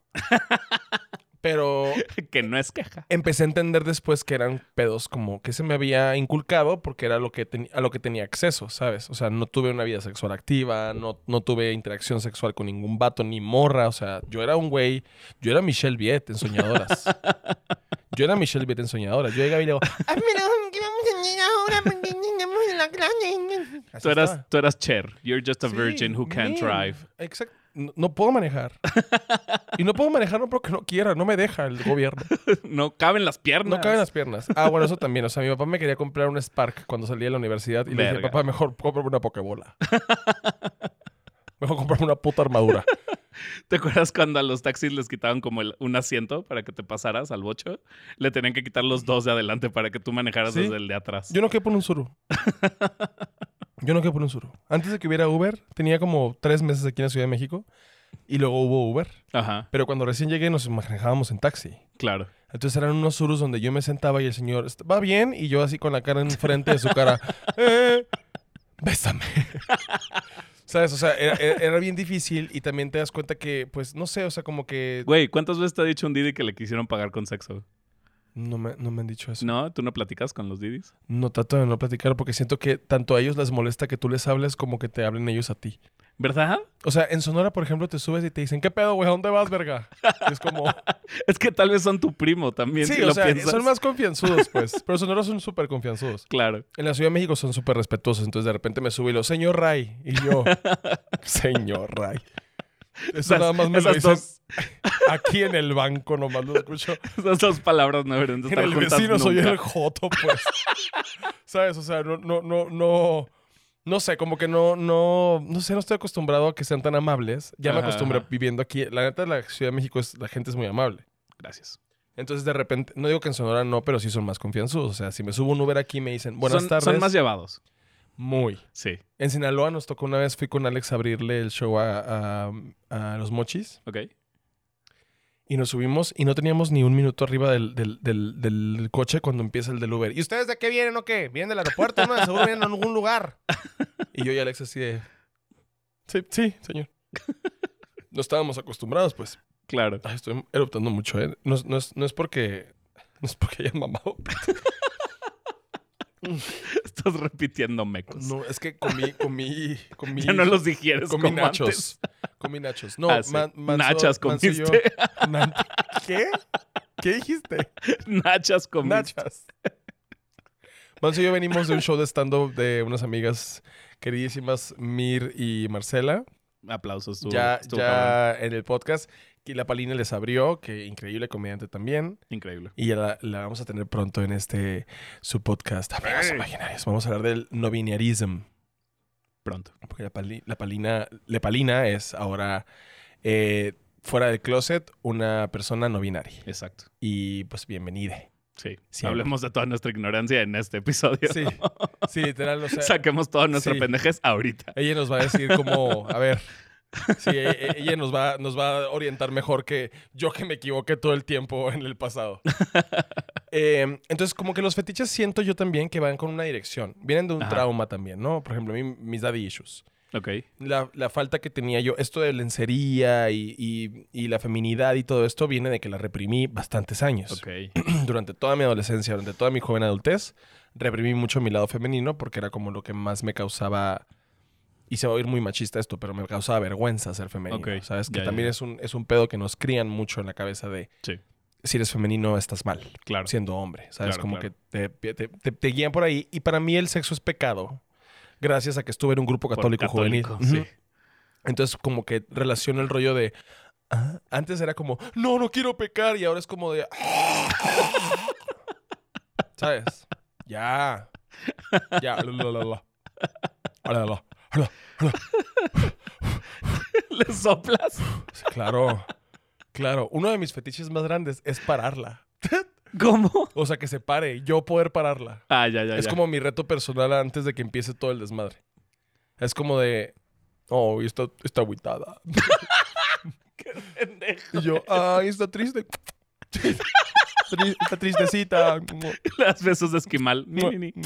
A: Pero
B: Que no es queja.
A: empecé a entender después que eran pedos como que se me había inculcado porque era lo que teni- a lo que tenía acceso, ¿sabes? O sea, no tuve una vida sexual activa, no, no tuve interacción sexual con ningún vato ni morra. O sea, yo era un güey, yo era Michelle Viet en Soñadoras. Yo era Michelle Viet en Soñadoras. Yo llegaba y le digo, "Ay, mira, ¿qué vamos a ir ahora? Porque tenemos la clase". Así
B: Tú eras,
A: estaba.
B: tú eras Cher. You're just a
A: Sí,
B: virgin who can't
A: man.
B: drive.
A: Exacto. No, no puedo manejar. Y no puedo manejar no porque no quiera, no me deja el gobierno.
B: No caben las piernas.
A: No caben las piernas. Ah, bueno, eso también. O sea, mi papá me quería comprar un Spark cuando salía de la universidad y le dije,
B: Verga.
A: papá, mejor cómprame una pokebola. Mejor cómprame una puta armadura.
B: ¿Te acuerdas cuando a los taxis les quitaban como el- un asiento para que te pasaras al bocho? Le tenían que quitar los dos de adelante para que tú manejaras
A: Sí.
B: desde el de atrás.
A: Yo no quepo en un suru. Yo no quepo en un suru. Antes de que hubiera Uber, tenía como tres meses aquí en la Ciudad de México y luego hubo Uber.
B: Ajá,
A: Pero cuando recién llegué nos manejábamos en taxi.
B: claro.
A: Entonces eran unos surus donde yo me sentaba y el señor, ¿va bien? Y yo así con la cara enfrente de su cara, eh, bésame. ¿Sabes? O sea, era, era- era bien difícil y también te das cuenta que, pues, no sé, o sea, como que...
B: Güey, ¿cuántas veces te ha dicho un Didi que le quisieron pagar con sexo?
A: No me, no me han dicho eso.
B: ¿No? ¿Tú no platicas con los Didis?
A: No trato de no platicar porque siento que tanto a ellos les molesta que tú les hables como que te hablen ellos a ti.
B: ¿Verdad?
A: O sea, en Sonora, por ejemplo, te subes y te dicen, ¿qué pedo, güey? ¿A dónde vas, verga? Y es como...
B: Es que tal vez son tu primo también,
A: Sí,
B: si
A: o
B: lo
A: sea,
B: piensas.
A: son más confianzudos, pues. Pero Sonora son súper confianzudos.
B: Claro.
A: En la Ciudad de México son súper respetuosos. Entonces, de repente me subo y lo, señor Ray. Y yo, señor Ray. Eso
B: Esas-
A: nada más me lo
B: esas
A: dicen
B: dos-
A: aquí en el banco, nomás lo escucho.
B: Esas dos palabras no deberían de
A: En
B: estar
A: el
B: juntas
A: vecino soy
B: nunca.
A: el joto, pues. ¿Sabes? O sea, no, no, no, no... No sé, como que no, no... No sé, no estoy acostumbrado a que sean tan amables. Ya me
B: Ajá,
A: acostumbré
B: ajá.
A: viviendo aquí. La neta, la Ciudad de México, es, la gente es muy amable.
B: Gracias.
A: Entonces, de repente... No digo que en Sonora no, pero sí son más confianzudos. O sea, si me subo un Uber aquí y me dicen, buenas
B: son,
A: tardes...
B: Son más llevados.
A: Muy.
B: Sí.
A: En Sinaloa nos tocó una vez, fui con Alex a abrirle el show a, a- a Los Mochis
B: Ok.
A: y nos subimos y no teníamos ni un minuto arriba del, del, del, del coche cuando empieza el del Uber. ¿Y ustedes de qué vienen o qué? ¿Vienen del aeropuerto? ¿No? Seguro vienen a algún lugar. Y yo y Alex así de... Sí, sí, señor. No estábamos acostumbrados, pues.
B: Claro.
A: Ay, estoy eruptando mucho, ¿eh? No, es- no es, no es porque... No es porque hayan mamado.
B: Estás repitiendo mecos.
A: No, es que comí... comí, comí
B: Ya no los digieres
A: comí
B: como
A: nachos.
B: antes.
A: Comí nachos. No,
B: Ah, sí.
A: man- Manso-
B: Nachas
A: Manso y yo-
B: comiste.
A: Nan- ¿Qué? ¿Qué dijiste?
B: Nachas comiste.
A: Nachas. Manso y yo venimos de un show de stand-up de unas amigas queridísimas, Mir y Marcela.
B: Aplausos. Estuvo,
A: ya
B: estuvo cabrón.
A: ya en el podcast. Y la Palina les abrió, que increíble comediante también.
B: Increíble.
A: Y ya la, la vamos a tener pronto en este su podcast, Amigos
B: Hey.
A: Imaginarios. Vamos a hablar del no binarism.
B: Pronto.
A: Porque la, pali- la Palina, la Palina es ahora eh, fuera del closet una persona no binaria.
B: Exacto.
A: Y pues bienvenida.
B: Sí.
A: Siempre.
B: Hablemos de toda nuestra ignorancia en este episodio.
A: Sí, sí, literal. O sea,
B: Saquemos toda nuestra
A: sí.
B: pendejez ahorita.
A: ella nos va a decir como, a ver, sí, e- e- ella nos va, nos va a orientar mejor que yo que me equivoqué todo el tiempo en el pasado. Eh, entonces, como que los fetiches siento yo también que van con una dirección. Vienen de un
B: Ajá.
A: trauma también, ¿no? Por ejemplo, a mí, mis daddy issues.
B: Ok.
A: La, la falta que tenía yo, esto de lencería y, y, y la feminidad y todo esto viene de que la reprimí bastantes años.
B: Ok.
A: Durante toda mi adolescencia, durante toda mi joven adultez, reprimí mucho mi lado femenino porque era como lo que más me causaba... Y se va a oír muy machista esto, pero me causaba vergüenza ser femenino.
B: Ok,
A: ¿Sabes? Que
B: ya, ya,
A: también
B: ya.
A: Es, un, es un pedo que nos crían mucho en la cabeza de
B: Sí.
A: si eres femenino estás mal,
B: Claro.
A: siendo hombre. ¿Sabes?
B: Claro,
A: como
B: claro.
A: que te, te, te- te guían por ahí. Y para mí el sexo es pecado. Gracias a que estuve en un grupo
B: Por
A: católico, juvenil.
B: católico, sí.
A: Ujú. Entonces como que relaciono el rollo de... ah, antes era como, no, no quiero pecar. Y ahora es como de... ¿Sabes? Ya. Ya. La, la, la, la. La, la, la.
B: ¿Le soplas?
A: Sí, claro. Claro. Uno de mis fetiches más grandes es pararla.
B: ¿Cómo?
A: O sea, que se pare. Yo poder pararla.
B: Ah, ya, ya,
A: Es
B: ya.
A: como mi reto personal antes de que empiece todo el desmadre. Es como de... Oh, y está, está agüitada.
B: Pendejo.
A: Y yo, ay, está triste. Tri- Está tristecita.
B: Las besos de esquimal. Ni, ni, ni.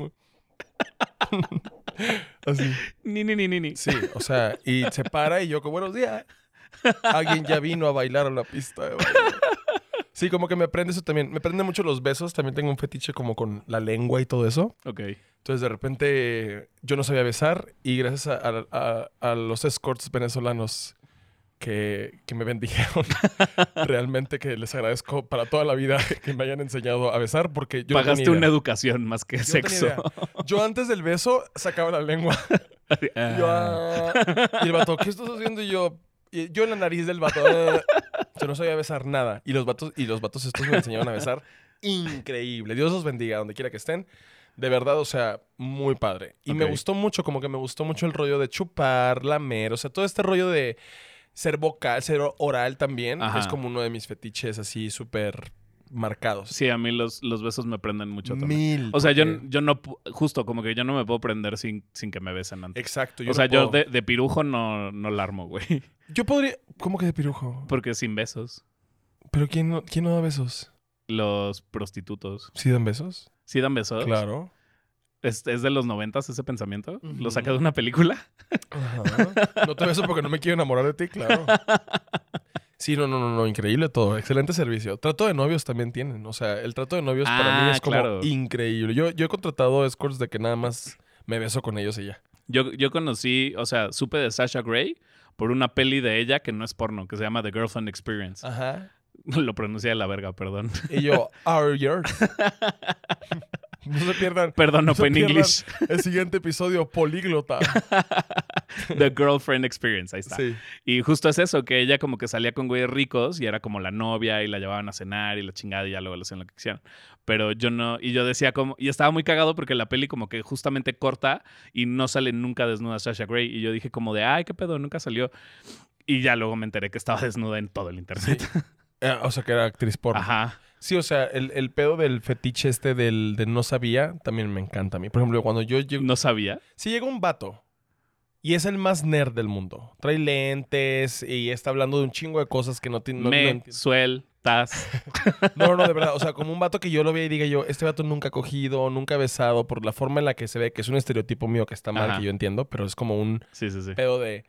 A: Así.
B: Ni, ni, ni, ni, ni.
A: Sí, o sea, y se para y yo, como buenos días. Alguien ya vino a bailar a la pista de baile. Sí, como que me prende eso también. Me prende mucho los besos. También tengo un fetiche como con la lengua y todo eso.
B: Ok.
A: Entonces, de repente, yo no sabía besar. Y gracias a, a- a- a los escorts venezolanos que, que me bendijeron, realmente que les agradezco para toda la vida que me hayan enseñado a besar. Porque yo no
B: Pagaste
A: tenía
B: una
A: idea.
B: educación más que
A: Yo no tenía
B: sexo.
A: idea. Yo antes del beso sacaba la lengua.
B: Ah.
A: Y yo, ah. Y el vato, ¿qué estás haciendo? Y yo, y yo en la nariz del vato. ah. Yo no sabía besar nada. Y los vatos, y los vatos estos me enseñaron a besar. Increíble. Dios los bendiga donde quiera que estén. De verdad, o sea, muy padre. Y me
B: Ok.
A: gustó mucho, como que me gustó mucho el rollo de chupar, lamer. O sea, todo este rollo de ser vocal, ser oral también.
B: Ajá.
A: Es como uno de mis fetiches así súper marcados.
B: Sí, a mí los, los besos me prenden mucho también.
A: Mil.
B: O sea, yo,
A: porque-
B: yo no... pu- Justo, como que yo no me puedo prender sin, sin que me besen antes.
A: Exacto.
B: O sea,
A: no
B: yo
A: puedo.
B: de, de pirujo no, no la armo, güey.
A: Yo podría... ¿Cómo que de pirujo?
B: Porque sin besos.
A: ¿Pero quién no, quién no da besos?
B: Los prostitutos.
A: ¿Sí dan besos?
B: ¿Sí dan besos?
A: Claro.
B: ¿Es, es de los noventas ese pensamiento?
A: Ujú.
B: ¿Lo saca de una película?
A: Ajá. No te beso porque no me quiero enamorar de ti, claro. Sí, no, no, no, no, increíble todo. Excelente servicio. Trato de novios también tienen. O sea, el trato de novios para mí
B: Ah,
A: es como
B: claro.
A: increíble. Yo, yo he contratado escorts de que nada más me beso con ellos y ya.
B: Yo, yo conocí, o sea, supe de Sasha Grey por una peli de ella que no es porno, que se llama The Girlfriend Experience.
A: Ajá.
B: Lo pronuncié de la verga, perdón.
A: Y yo, are yours. No se pierdan
B: Perdón,
A: no
B: no
A: se
B: fue en
A: pierdan
B: English.
A: el siguiente episodio, políglota.
B: The Girlfriend Experience, ahí está.
A: Sí.
B: Y justo es eso, que ella como que salía con güeyes ricos y era como la novia y la llevaban a cenar y la chingada y ya luego le hacían lo que quisieran. Pero yo no, y yo decía como, y estaba muy cagado porque la peli como que justamente corta y no sale nunca desnuda Sasha Grey. Y yo dije como de, ay, qué pedo, nunca salió. Y ya luego me enteré que estaba desnuda en todo el internet.
A: Eh, o sea, que era actriz porno.
B: Ajá.
A: Sí, o sea, el, el pedo del fetiche este del de no sabía también me encanta a mí. Por ejemplo, cuando yo llego...
B: No sabía.
A: Si llega un vato y es el más nerd del mundo, trae lentes y está hablando de un chingo de cosas que no tiene... No,
B: Me
A: no, entiendo.
B: sueltas.
A: no, no, no, de verdad. O sea, como un vato que yo lo vea y diga yo, este vato nunca ha cogido, nunca ha besado, por la forma en la que se ve, que es un estereotipo mío que está mal,
B: Ajá.
A: que yo entiendo, pero es como un
B: Sí, sí, sí.
A: pedo de...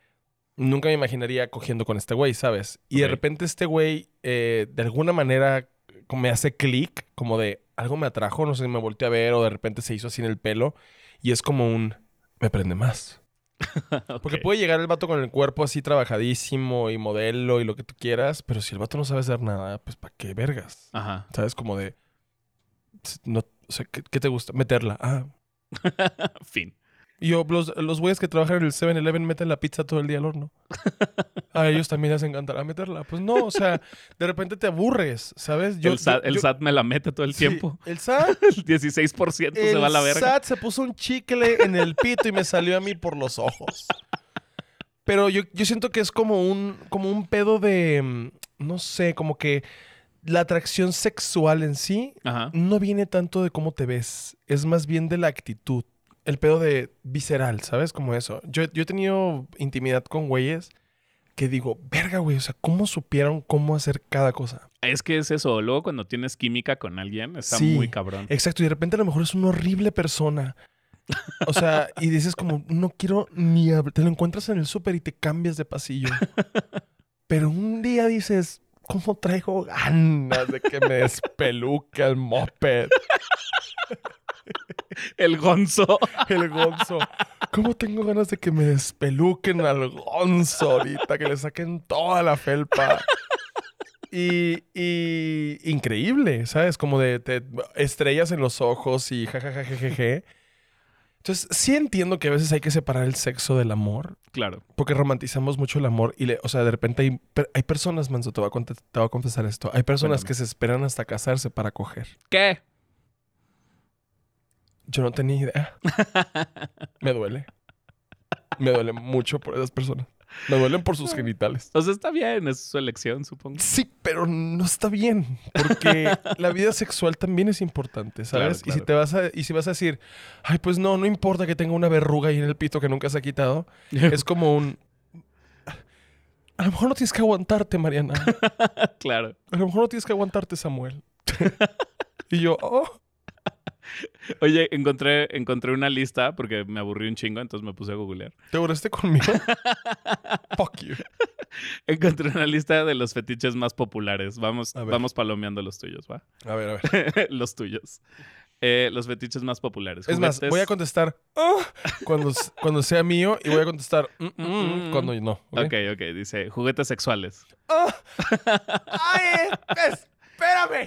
A: nunca me imaginaría cogiendo con este güey, ¿sabes? Y de
B: Ok.
A: repente este güey, eh, de alguna manera, como me hace clic, como de algo me atrajo, no sé, me volteé a ver o de repente se hizo así en el pelo. Y es como un, me prende más.
B: Ok.
A: Porque puede llegar el vato con el cuerpo así trabajadísimo y modelo y lo que tú quieras, pero si el vato no sabe hacer nada, pues ¿para qué vergas?
B: Ajá.
A: ¿Sabes? Como de, no, o sea, ¿qué, qué te gusta? Meterla. Ah.
B: Fin.
A: Y yo, los, los güeyes que trabajan en el seven eleven meten la pizza todo el día al horno. A ellos también les encantará meterla. Pues no, o sea, de repente te aburres, ¿sabes? Yo,
B: el, S A T,
A: yo-
B: el
A: yo-
B: S A T me la mete todo el
A: sí,
B: tiempo.
A: el S A T,
B: El dieciséis por ciento se
A: el
B: va a la verga.
A: S A T se puso un chicle en el pito y me salió a mí por los ojos. Pero yo, yo siento que es como un, como un pedo de, mm, no sé, como que la atracción sexual en sí
B: Ajá.
A: no viene tanto de cómo te ves, es más bien de la actitud. El pedo de visceral, ¿sabes? Como eso. Yo, yo he tenido intimidad con güeyes que digo, verga, güey, o sea, ¿cómo supieron cómo hacer cada cosa?
B: Es que es eso. Luego cuando tienes química con alguien, está
A: Sí.
B: muy cabrón.
A: Exacto, y de repente a lo mejor es una horrible persona. O sea, y dices como, no quiero ni hablar. Te lo encuentras en el súper y te cambias de pasillo. Pero un día dices, ¿cómo traigo ganas de que me despeluque el moped?
B: El gonzo.
A: El gonzo. ¿Cómo tengo ganas de que me despeluquen al gonzo ahorita? Que le saquen toda la felpa. Y, y increíble, ¿sabes? Como de te estrellas en los ojos y jajajajeje. Entonces, sí entiendo que a veces hay que separar el sexo del amor.
B: Claro.
A: Porque romantizamos mucho el amor. Y, le, o sea, de repente hay, per- hay personas, Manso, te voy, a cont- te voy a confesar esto. Hay personas
B: Cuéntame.
A: que se esperan hasta casarse para coger.
B: ¿Qué?
A: Yo no tenía idea. Me duele. Me duele mucho por esas personas. Me duelen por sus genitales.
B: O sea, está bien, es su elección, supongo.
A: Sí, pero no está bien. Porque la vida sexual también es importante, ¿sabes?
B: Claro,
A: Y si
B: claro.
A: te vas a, y si vas a decir, ay, pues no, no importa que tenga una verruga ahí en el pito que nunca se ha quitado. Es como un. A lo mejor no tienes que aguantarte, Mariana.
B: Claro.
A: A lo mejor no tienes que aguantarte, Samuel. Y yo, oh,
B: Oye, encontré, encontré una lista porque me aburrí un chingo, entonces me puse a googlear.
A: ¿te aburriste conmigo? Fuck you.
B: Encontré una lista de los fetiches más populares. Vamos,
A: A ver.
B: vamos palomeando los tuyos, ¿va?
A: A ver, a ver.
B: Los tuyos. Eh, los fetiches más populares.
A: Es más,
B: Juguetes-
A: voy a contestar "Ah", cuando, cuando sea mío y voy a contestar "Mm, mm",
B: Mm, mm.
A: cuando no. ¿ok?
B: Ok, ok. Dice, juguetes sexuales.
A: ¡Ah! ¡Ay, espérame!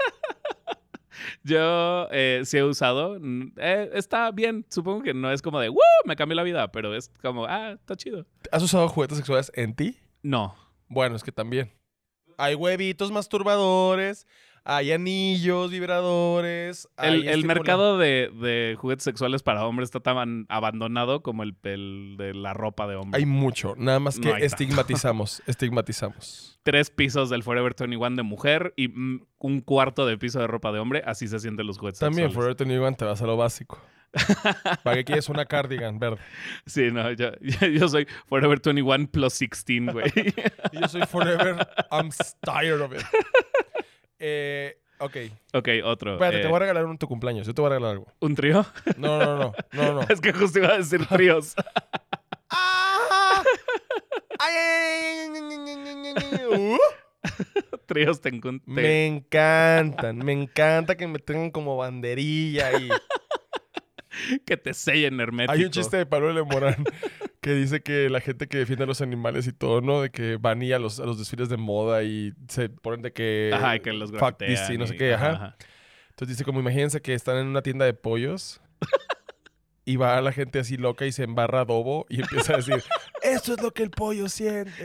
B: Yo eh, sí he usado. mm, eh, está bien. Supongo que no es como de, ¡wow! Me cambió la vida. Pero es como, ah, está chido.
A: ¿Has usado juguetes sexuales en ti?
B: No.
A: Bueno, es que también. Hay huevitos masturbadores, hay anillos vibradores. hay
B: El, el
A: estimula-
B: mercado de, de juguetes sexuales para hombres está tan abandonado como el, el de la ropa de hombre.
A: Hay mucho, nada más que
B: No hay tanto.
A: estigmatizamos, estigmatizamos.
B: Tres pisos del Forever veintiuno de mujer y mm, un cuarto de piso de ropa de hombre. Así se sienten los juguetes
A: También,
B: sexuales.
A: Forever twenty-one te vas a lo básico. ¿Para qué quieres una cardigan verde?
B: Sí, no, yo, yo soy Forever veintiuno plus dieciséis, güey.
A: Y yo soy Forever, I'm tired of it. Eh, ok.
B: Ok, otro.
A: Espérate,
B: eh,
A: te voy a regalar un tu cumpleaños. Yo te voy a regalar algo.
B: ¿Un trío?
A: No, no, no, no, no.
B: Es que justo iba a decir tríos.
A: ¡Ah! ¡Ay, ay, ay, ay, ay, ay, ay, ay! Uh.
B: Tríos te encun- te-
A: Me encantan, me encanta que me tengan como banderilla y
B: que te sellen hermético.
A: hay un chiste de Pablo Lemorán que dice que la gente que defiende a los animales y todo, ¿no? De que van y a los, a los desfiles de moda y se ponen de que
B: Ajá, y que los
A: fuck
B: grafitean
A: this y no sé
B: y-
A: qué, ajá.
B: ajá.
A: Entonces dice como imagínense que están en una tienda de pollos y va la gente así loca y se embarra adobo y empieza a decir, esto es lo que el pollo siente.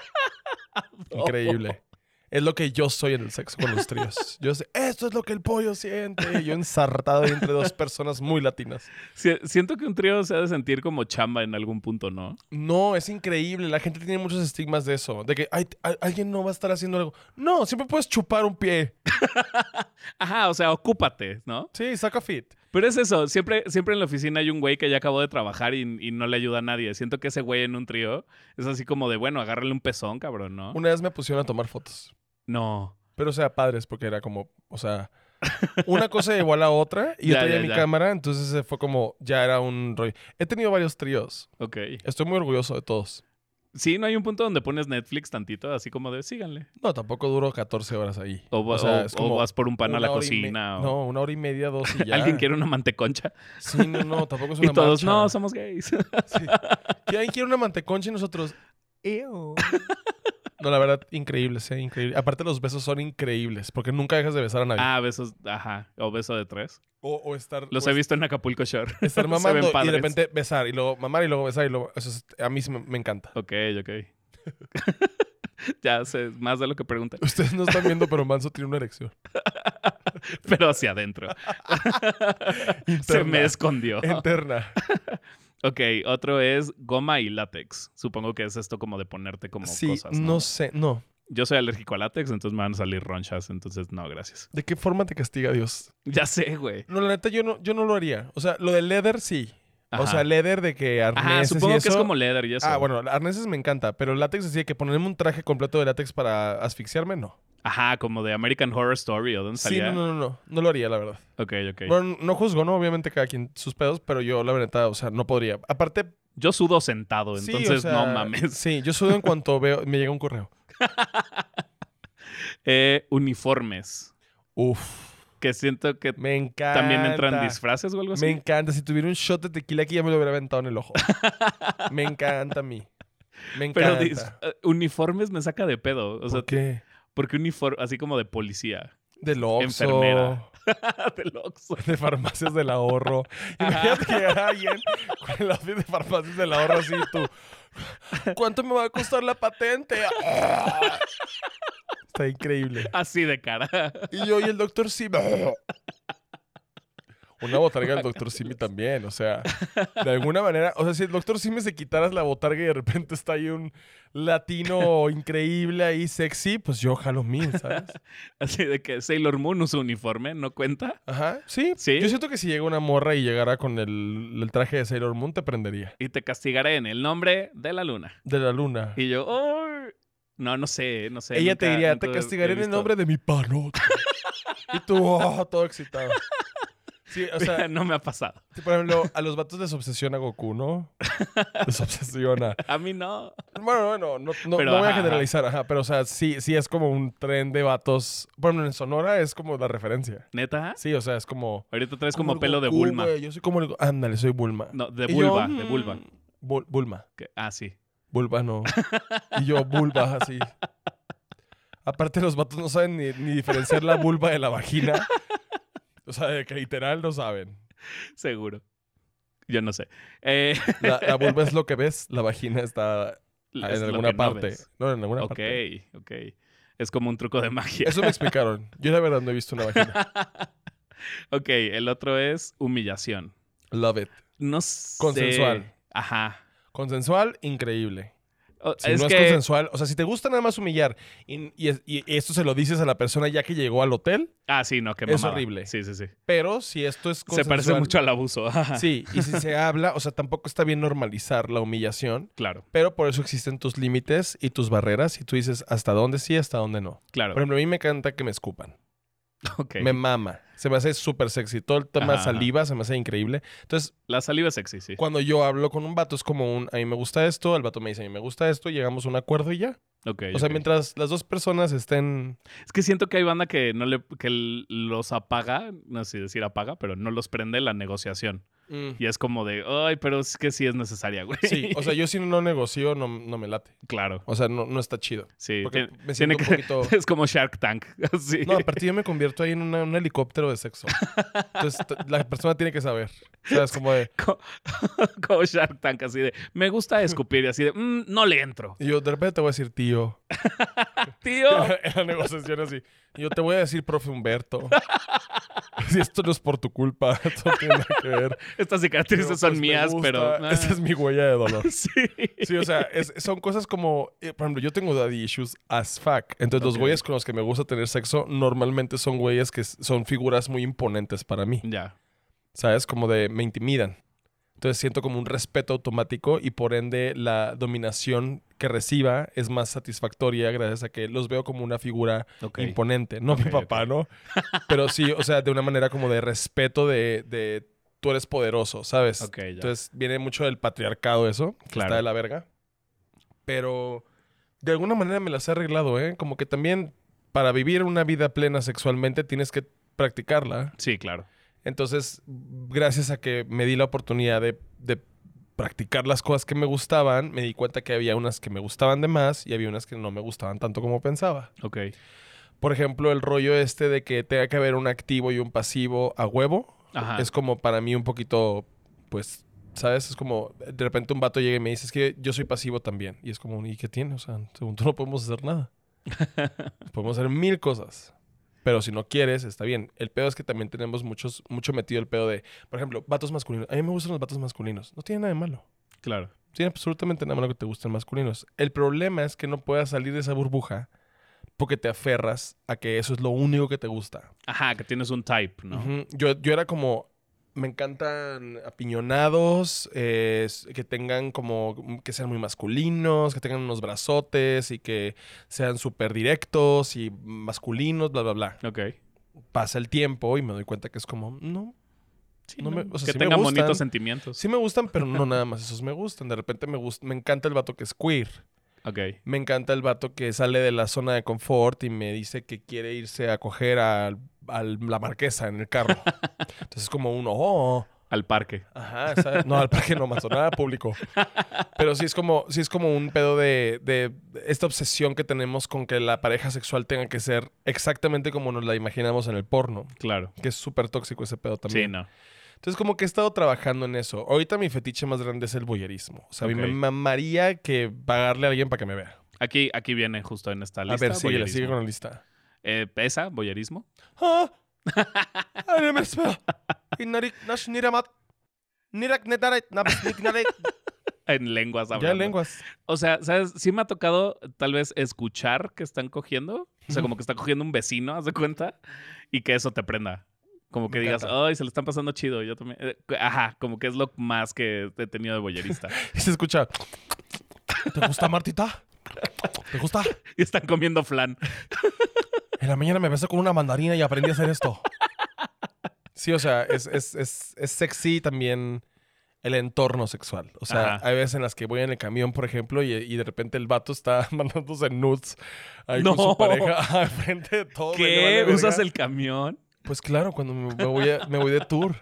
A: Increíble. Es lo que yo soy en el sexo con los tríos. Yo sé, esto es lo que el pollo siente. Y yo ensartado ahí entre dos personas muy latinas.
B: Si- siento que un trío se ha de sentir como chamba en algún punto, ¿no?
A: No, es increíble. La gente tiene muchos estigmas de eso. De que "Ay, a- alguien no va a estar haciendo algo. No, siempre puedes chupar un pie.
B: Ajá, o sea, ocúpate, ¿no?
A: Sí, saca fit.
B: Pero es eso, siempre, siempre en la oficina hay un güey que ya acabó de trabajar y, y no le ayuda a nadie. Siento que ese güey en un trío es así como de, bueno, agárrale un pezón, cabrón, ¿no?
A: Una vez me pusieron a tomar fotos.
B: No.
A: Pero, o sea, padres, porque era como, o sea, una cosa igual a otra y yo
B: Ya,
A: traía
B: ya,
A: mi
B: ya.
A: cámara, entonces eh, fue como, ya era un rollo. He tenido varios tríos.
B: Ok.
A: Estoy muy orgulloso de todos.
B: Sí, no hay un punto donde pones Netflix tantito, así como de síganle.
A: No, tampoco duro catorce horas ahí.
B: O,
A: O sea,
B: o-
A: es
B: o
A: como
B: vas por un pan a la
A: una hora y me-
B: cocina. o
A: No, una hora y media, dos y ya.
B: alguien quiere una manteconcha.
A: Sí, no, no, tampoco es
B: Y
A: una
B: todos,
A: marcha.
B: no, somos gays.
A: Sí. ¿Quién quiere una manteconcha y nosotros? Ew. No, la verdad, increíbles, ¿eh? Increíble. Aparte, los besos son increíbles porque nunca dejas de besar a nadie.
B: Ah, besos, ajá. O beso de tres.
A: O, o estar...
B: Los
A: o
B: he visto en Acapulco Shore.
A: Estar
B: Se
A: mamando
B: ven
A: y de
B: padres.
A: repente besar y luego mamar y luego besar y luego... Eso es- a mí sí me, me encanta.
B: Ok, ok. Ya sé más de lo que preguntan.
A: Ustedes no están viendo, pero Manso tiene una erección.
B: Pero hacia adentro. Se me escondió.
A: Interna.
B: Ok, otro es goma y látex. Supongo que es esto como de ponerte como
A: Sí,
B: cosas, ¿no?
A: no sé, no.
B: Yo soy alérgico a látex, entonces me van a salir ronchas. Entonces, no, gracias.
A: ¿De qué forma te castiga Dios?
B: Ya sé, güey.
A: No, la neta, yo no, yo no lo haría. O sea, lo del leather, sí.
B: Ajá.
A: O sea, leather de que arneses
B: Ajá,
A: y
B: supongo
A: eso...
B: que es como leather y eso.
A: Ah, bueno, arneses me encanta, pero látex así de que ponerme un traje completo de látex para asfixiarme, no.
B: Ajá, como de American Horror Story o dónde
A: Sí,
B: salía.
A: no, no, no, no. No lo haría, la verdad.
B: Ok, ok.
A: Bueno, no juzgo, ¿no? Obviamente cada quien sus pedos, pero yo, la verdad, o sea, no podría. Aparte...
B: Yo sudo sentado,
A: sí,
B: entonces
A: o sea,
B: no mames.
A: Sí, yo sudo en cuanto veo... Me llega un correo.
B: Eh, uniformes.
A: Uf.
B: Que siento que
A: Me encanta.
B: también entran disfraces o algo así.
A: Me encanta. Si tuviera un shot de tequila aquí ya me lo hubiera aventado en el ojo. Me encanta a mí. Me encanta.
B: Pero dis- eh, uniformes me saca de pedo. O sea,
A: ¿Por qué?
B: porque uniforme, así como de policía.
A: Del Oxxo.
B: Enfermera. Del Oxxo.
A: De farmacias del ahorro. Imagínate que llegara alguien con el outfit de farmacias del ahorro así tú. ¿Cuánto me va a costar la patente? Está increíble.
B: Así de cara.
A: Y yo y el doctor Simi. Una botarga del doctor Simi también, o sea, de alguna manera, o sea, si el doctor Simi se quitaras la botarga y de repente está ahí un latino increíble ahí, sexy, pues yo jalo mil, ¿sabes?
B: Así de que Sailor Moon usa uniforme, ¿no cuenta?
A: Ajá, sí.
B: Sí.
A: Yo siento que si llega una morra y llegara con el, el traje de Sailor Moon, te prendería.
B: Y te castigaré en el nombre de la luna.
A: De la luna.
B: Y yo, oh, no, no sé, no sé.
A: Ella
B: nunca-
A: te diría,
B: nunca
A: te
B: he
A: castigaré en el
B: visto.
A: nombre de mi panote. Y tú, oh, todo excitado. Sí, o sea,
B: no me ha pasado.
A: por ejemplo, a los vatos les obsesiona Goku, ¿no? Les obsesiona.
B: A mí no.
A: Bueno, bueno, no, no,
B: Pero,
A: no voy a
B: ajá,
A: generalizar, ajá, pero o sea, sí, sí es como un tren de vatos. Bueno, en Sonora es como la referencia.
B: ¿Neta?
A: Sí, o sea, es como.
B: Ahorita traes como
A: el
B: pelo de
A: Goku,
B: Bulma.
A: güey, yo soy como el. Ándale, soy Bulma.
B: No, de
A: Y
B: vulva,
A: yo,
B: de vulva.
A: mm, Bul- Bulma.
B: Que- ah, sí.
A: Bulma no. Y yo, vulva, así. Aparte, los vatos no saben ni, ni diferenciar la vulva de la vagina. O sea, de que literal no saben.
B: Seguro. Yo no sé. Eh,
A: La, la vulva es lo que ves, la vagina está en
B: es lo
A: alguna
B: que no
A: parte.
B: ves.
A: No, en alguna
B: Ok,
A: parte.
B: ok. Es como un truco de magia.
A: Eso me explicaron. Yo de verdad no he visto una vagina.
B: Ok, el otro es humillación.
A: Love it.
B: No sé.
A: Consensual.
B: Ajá.
A: Consensual, increíble.
B: O-
A: Si
B: es
A: no
B: que...
A: es consensual, o sea, si te gusta nada más humillar y, y- y esto se lo dices a la persona ya que llegó al hotel,
B: Ah, sí, no, que
A: es
B: mamada.
A: horrible.
B: Sí, sí, sí.
A: pero si esto es
B: Se
A: consensual...
B: parece mucho al abuso. Ajá.
A: Sí, y si se habla, o sea, tampoco está bien normalizar la humillación,
B: Claro,
A: pero por eso existen tus límites y tus barreras y tú dices hasta dónde sí, hasta dónde no.
B: claro.
A: Por ejemplo, a mí me encanta que me escupan.
B: Ok.
A: Me mama. Se me hace súper sexy. Todo el tema
B: Ajá,
A: saliva se me hace increíble. Entonces,
B: La saliva es sexy, sí.
A: cuando yo hablo con un vato es como un, a mí me gusta esto, el vato me dice, a mí me gusta esto, llegamos a un acuerdo y ya.
B: Ok,
A: O sea,
B: ok.
A: mientras las dos personas estén...
B: Es que siento que hay banda que no le que l- los apaga, no sé si decir apaga, pero no los prende la negociación.
A: Mm.
B: Y es como de, ay, pero es que sí es necesaria, güey.
A: Sí, o sea, yo si no negocio, no, no me late.
B: Claro.
A: O sea, no, no está chido.
B: Sí.
A: Porque
B: Tien-
A: me
B: tiene
A: siento
B: que,
A: un poquito...
B: Es como Shark Tank. Así.
A: No, aparte yo me convierto ahí en una- un helicóptero de sexo. Entonces, t- la persona tiene que saber. O sea, es como de...
B: Co- como Shark Tank, así de, me gusta escupir y así de, "Mm, no le entro.
A: Y yo de repente te voy a decir tío.
B: Tío.
A: En la negociación así. Y yo te voy a decir profe Humberto. Si esto no es por tu culpa, esto no tiene nada que ver.
B: Estas cicatrices
A: Pero,
B: son
A: pues, me
B: mías,
A: gusta.
B: pero... ah,
A: Esta es mi huella de dolor.
B: Sí.
A: Sí, o sea, es- son cosas como... eh, por ejemplo, yo tengo daddy issues as fuck. Entonces, los
B: Ok.
A: güeyes con los que me gusta tener sexo normalmente son güeyes que s- son figuras muy imponentes para mí.
B: Ya.
A: ¿Sabes? Como de... Me intimidan. Entonces, siento como un respeto automático y por ende la dominación que reciba es más satisfactoria gracias a que los veo como una figura
B: Ok.
A: imponente. No
B: Ok,
A: mi papá, ¿no? Pero sí, o sea, de una manera como de respeto de... de tú eres poderoso, ¿sabes?
B: Ok, ya.
A: Entonces, viene mucho del patriarcado eso. Que
B: Claro.
A: está de la verga. Pero de alguna manera me las he arreglado, ¿eh? Como que también para vivir una vida plena sexualmente tienes que practicarla.
B: Sí, claro.
A: Entonces, gracias a que me di la oportunidad de, de practicar las cosas que me gustaban, me di cuenta que había unas que me gustaban de más y había unas que no me gustaban tanto como pensaba.
B: Ok.
A: Por ejemplo, el rollo este de que tenga que haber un activo y un pasivo a huevo,
B: Ajá.
A: es como para mí un poquito, pues, ¿sabes? Es como, de repente un vato llega y me dice, es que yo soy pasivo también. Y es como, ¿y qué tiene? O sea, según tú no podemos hacer nada. Podemos hacer mil cosas. Pero si no quieres, está bien. El pedo es que también tenemos muchos, mucho metido el pedo de, por ejemplo, vatos masculinos. A mí me gustan los vatos masculinos. No tiene nada de malo.
B: Claro.
A: No tiene absolutamente nada malo que te gusten masculinos. El problema es que no puedas salir de esa burbuja porque te aferras a que eso es lo único que te gusta.
B: Ajá, que tienes un type, ¿no?
A: Uh-huh. Yo, yo era como, me encantan apiñonados, eh, que tengan como, que sean muy masculinos, que tengan unos brazotes y que sean súper directos y masculinos, bla, bla, bla.
B: Ok.
A: Pasa el tiempo y me doy cuenta que es como, no.
B: Sí,
A: no
B: no,
A: me, o sea,
B: que
A: sí
B: tengan
A: me gustan,
B: bonitos sentimientos.
A: Sí me gustan, pero no nada más esos me gustan. De repente me gusta, me encanta el vato que es queer.
B: Ok.
A: Me encanta el vato que sale de la zona de confort y me dice que quiere irse a coger a, a la marquesa en el carro. Entonces es como uno, oh.
B: Al parque.
A: Ajá, ¿sabes? No, al parque no, más nada público. Pero sí es como, sí es como un pedo de, de esta obsesión que tenemos con que la pareja sexual tenga que ser exactamente como nos la imaginamos en el porno.
B: Claro.
A: Que es súper tóxico ese pedo también.
B: Sí, no.
A: Entonces, como que he estado trabajando en eso. Ahorita mi fetiche más grande es el voyeurismo. O sea,
B: Ok.
A: a mí me mamaría que pagarle a alguien para que me vea.
B: Aquí, aquí viene justo en esta lista.
A: A ver, sigue,
B: voyerismo.
A: sigue con la lista.
B: Eh, ¿Esa? ¿Voyerismo?
A: Ah, ay, me espera. Y nari- nash niramat. Nirak netaret, naps niknaret.
B: En lenguas hablando.
A: Ya en lenguas.
B: O sea, ¿sabes? Sí me ha tocado tal vez escuchar que están cogiendo. O sea, como que está cogiendo un vecino, haz de cuenta. Y que eso te prenda. Como que
A: Me
B: digas,
A: encanta.
B: ay, se lo están pasando chido. Yo también. Eh, Ajá, como que es lo más que he tenido de boyerista.
A: Y se escucha. ¿Te gusta, Martita? ¿Te gusta?
B: Y están comiendo flan.
A: En la mañana me besé con una mandarina y aprendí a hacer esto. Sí, o sea, es, es, es, es sexy también el entorno sexual. O sea,
B: Ajá.
A: hay veces en las que voy en el camión, por ejemplo, y, y de repente el vato está mandándose nudes ahí
B: No.
A: con su pareja al frente de todo. me
B: ¿Qué?
A: vale verga.
B: ¿Usas el camión?
A: Pues claro, cuando me me voy, a- me voy de tour.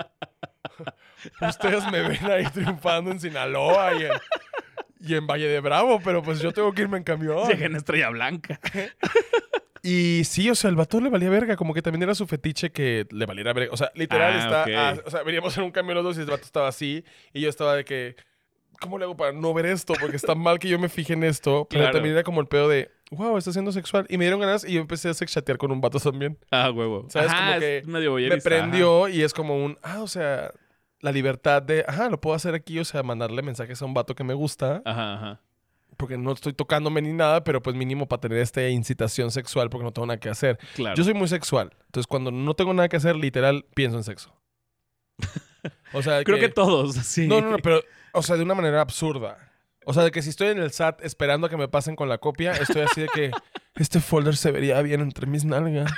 A: Ustedes me ven ahí triunfando en Sinaloa y en, y en Valle de Bravo, pero pues yo tengo que irme en camión.
B: Llegué en Estrella Blanca.
A: Y sí, o sea, el vato le valía verga, como que también era su fetiche que le valiera verga. O sea, literal
B: Ah,
A: está,
B: ok.
A: ah, o sea, veníamos en un camión los dos y el vato estaba así y yo estaba de que, ¿cómo le hago para no ver esto? Porque está mal que yo me fije en esto, pero
B: Claro.
A: también era como el pedo de, wow, está siendo sexual. Y me dieron ganas y yo empecé a sexchatear con un vato también.
B: Ah, huevo.
A: ¿Sabes?
B: Ajá,
A: Como
B: es
A: que
B: medio
A: Me
B: boyerista.
A: prendió y es como un, ah, o sea, la libertad de, ajá, lo puedo hacer aquí, o sea, mandarle mensajes a un vato que me gusta.
B: Ajá, ajá.
A: Porque no estoy tocándome ni nada, pero pues mínimo para tener esta incitación sexual porque no tengo nada que hacer.
B: Claro.
A: Yo soy muy sexual. Entonces, cuando no tengo nada que hacer, literal, pienso en sexo. O sea,
B: Creo que todos, sí.
A: No, no, no, pero, o sea, de una manera absurda. O sea, de que si estoy en el S A T esperando a que me pasen con la copia, estoy así de que este folder se vería bien entre mis nalgas.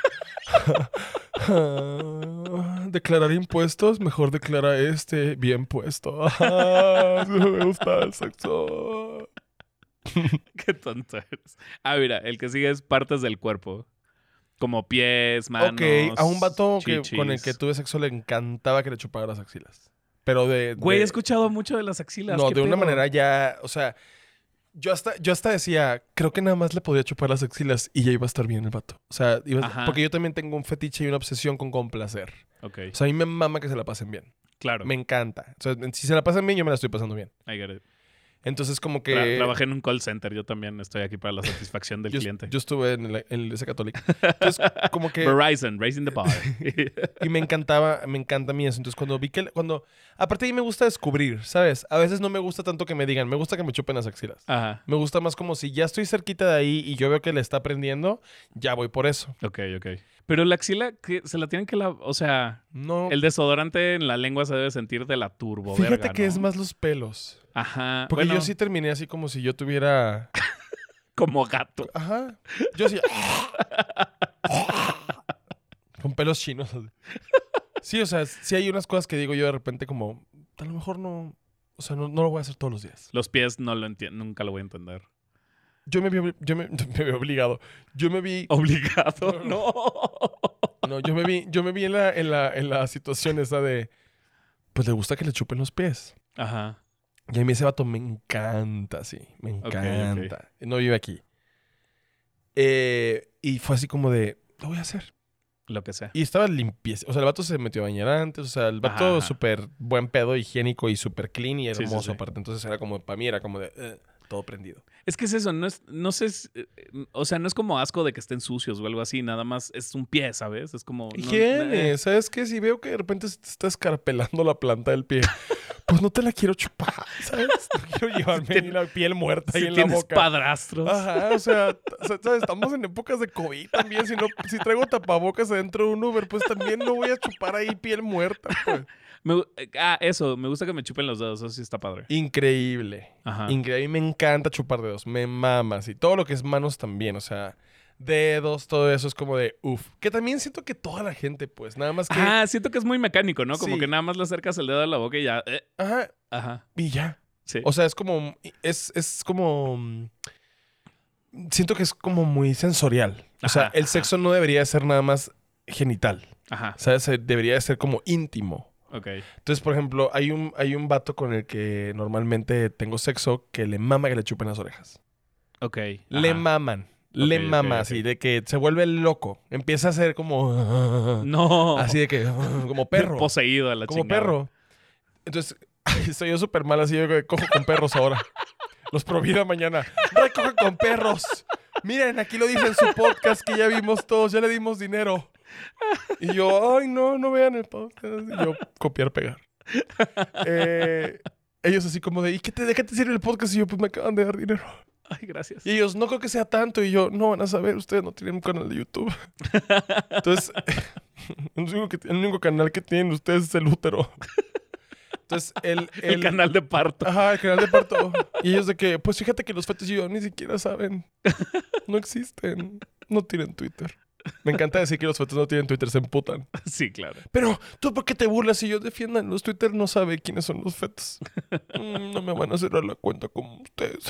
A: Declarar impuestos, mejor declara este bien puesto. Me gusta el sexo.
B: Qué tonto eres. Ah, mira, el que sigue es partes del cuerpo. Como pies, manos,
A: Ok, a un vato que,
B: chichis.
A: con el que tuve sexo le encantaba que le chupara las axilas. Pero de...
B: Güey,
A: de-
B: he escuchado mucho de las axilas.
A: No,
B: ¿qué
A: de una
B: pedo?
A: manera ya... O sea, yo hasta, yo hasta decía, creo que nada más le podía chupar las axilas y ya iba a estar bien el vato. O sea, iba a-
B: Ajá.
A: porque yo también tengo un fetiche y una obsesión con complacer.
B: Ok,
A: O sea, a mí me mama que se la pasen bien.
B: claro.
A: Me encanta. O sea, si se la pasan bien, yo me la estoy pasando bien.
B: I get it.
A: Entonces, como que...
B: Tra- trabajé en un call center. Yo también estoy aquí para la satisfacción del
A: yo,
B: cliente.
A: yo estuve en, el- en la iglesia católica. Entonces, como que...
B: Verizon, raising the bar.
A: Y me encantaba, me encanta a mí eso. Entonces, cuando vi que... Cuando, aparte, a mí me gusta descubrir, ¿sabes? A veces no me gusta tanto que me digan, me gusta que me chupen las axilas.
B: Ajá.
A: Me gusta más como si ya estoy cerquita de ahí y yo veo que le está aprendiendo, ya voy por eso.
B: Ok, ok. Pero la axila, que se la tienen que la... O sea,
A: No,
B: el desodorante en la lengua se debe sentir de la turbo,
A: fíjate
B: verga,
A: que
B: ¿no?
A: es más los pelos.
B: Ajá.
A: Porque
B: Bueno,
A: yo sí terminé así como si yo tuviera...
B: como gato.
A: Ajá. Yo sí... Con pelos chinos. Sí, o sea, sí hay unas cosas que digo yo de repente como... A lo mejor no... O sea, no, no lo voy a hacer todos los días.
B: Los pies no lo entiendo, nunca lo voy a entender.
A: yo me vi, obli- yo me, me vi obligado. Yo me vi...
B: Obligado, no.
A: No, yo me vi, yo me vi en la, en la, en la situación esa de... Pues le gusta que le chupen los pies.
B: Ajá.
A: Y a mí ese vato me encanta, sí. Me
B: Ok,
A: encanta. No vive aquí. Eh, y fue así como de... Lo voy a hacer.
B: Lo que sea.
A: Y estaba limpieza. O sea, el vato se metió a bañar antes. O sea, el vato
B: Ajá, ajá.
A: súper buen pedo, higiénico y súper clean y
B: Sí, sí,
A: hermoso
B: sí.
A: aparte. Entonces era como... Para mí era como de... eh, todo prendido.
B: Es que es eso, no es, no sé, es, eh, o sea, no es como asco de que estén sucios o algo así, nada más es un pie, ¿sabes? Es como... no-
A: Higiene,
B: eh,
A: ¿sabes qué? Si veo que de repente se te está escarpelando la planta del pie, pues no te la quiero chupar, ¿sabes? No quiero llevarme ahí la piel muerta ahí
B: si
A: en la
B: tienes
A: boca.
B: padrastros.
A: Ajá, o sea, t- o sea, ¿sabes? Estamos en épocas de COVID también. Si no, si traigo tapabocas adentro de un Uber, pues también no voy a chupar ahí piel muerta, pues.
B: Me gu- eh, ah, eso, me gusta que me chupen los dedos, eso sí está padre.
A: Increíble.
B: Ajá.
A: Increíble. A mí me encanta chupar dedos. Me mamas. Y todo lo que es manos también. O sea, dedos, todo eso es como de uff. Que también siento que toda la gente, pues, nada más que.
B: Ah, siento que es muy mecánico, ¿no? Como
A: Sí.
B: que nada más le acercas el dedo a la boca y ya. eh,
A: Ajá.
B: Ajá.
A: Y ya.
B: Sí.
A: O sea, es como. Es, es como. mm, Siento que es como muy sensorial. O sea,
B: Ajá,
A: el
B: ajá.
A: sexo no debería ser nada más genital.
B: Ajá.
A: ¿Sabes? Eh, Debería de ser como íntimo.
B: Ok.
A: Entonces, por ejemplo, hay un, hay un vato con el que normalmente tengo sexo que le mama que le chupen las orejas.
B: Ok.
A: Le
B: ajá.
A: maman. Le
B: Ok, ok,
A: mama
B: ok.
A: así, de que se vuelve loco. Empieza a ser como...
B: No.
A: Así de que... Como perro.
B: Poseído a la
A: Como
B: chingada.
A: perro. Entonces, soy yo súper mal así, yo que cojo con perros ahora. Los provida mañana. Recojan con perros. Miren, aquí lo dice en su podcast que ya vimos todos, ya le dimos dinero. Y yo, ay, no, no vean el podcast. Y yo, copiar, pegar. Eh, ellos así como de, ¿y qué te, de qué te sirve el podcast? Y yo, pues me acaban de dar dinero.
B: Ay, gracias.
A: Y ellos, no creo que sea tanto. Y yo, no van a saber, ustedes no tienen un canal de YouTube. Entonces, el único, que- el único canal que tienen ustedes es el útero. Entonces, el...
B: El, canal de parto.
A: Ajá, el canal de parto. Y ellos de que, pues fíjate que los fetos y yo ni siquiera saben. No existen. No tienen Twitter. Me encanta decir que los fetos no tienen Twitter, se emputan.
B: Sí, claro.
A: Pero, ¿tú por qué te burlas? Y yo defiendan, los Twitter no sabe quiénes son los fetos. Mm, no me van a cerrar la cuenta como ustedes.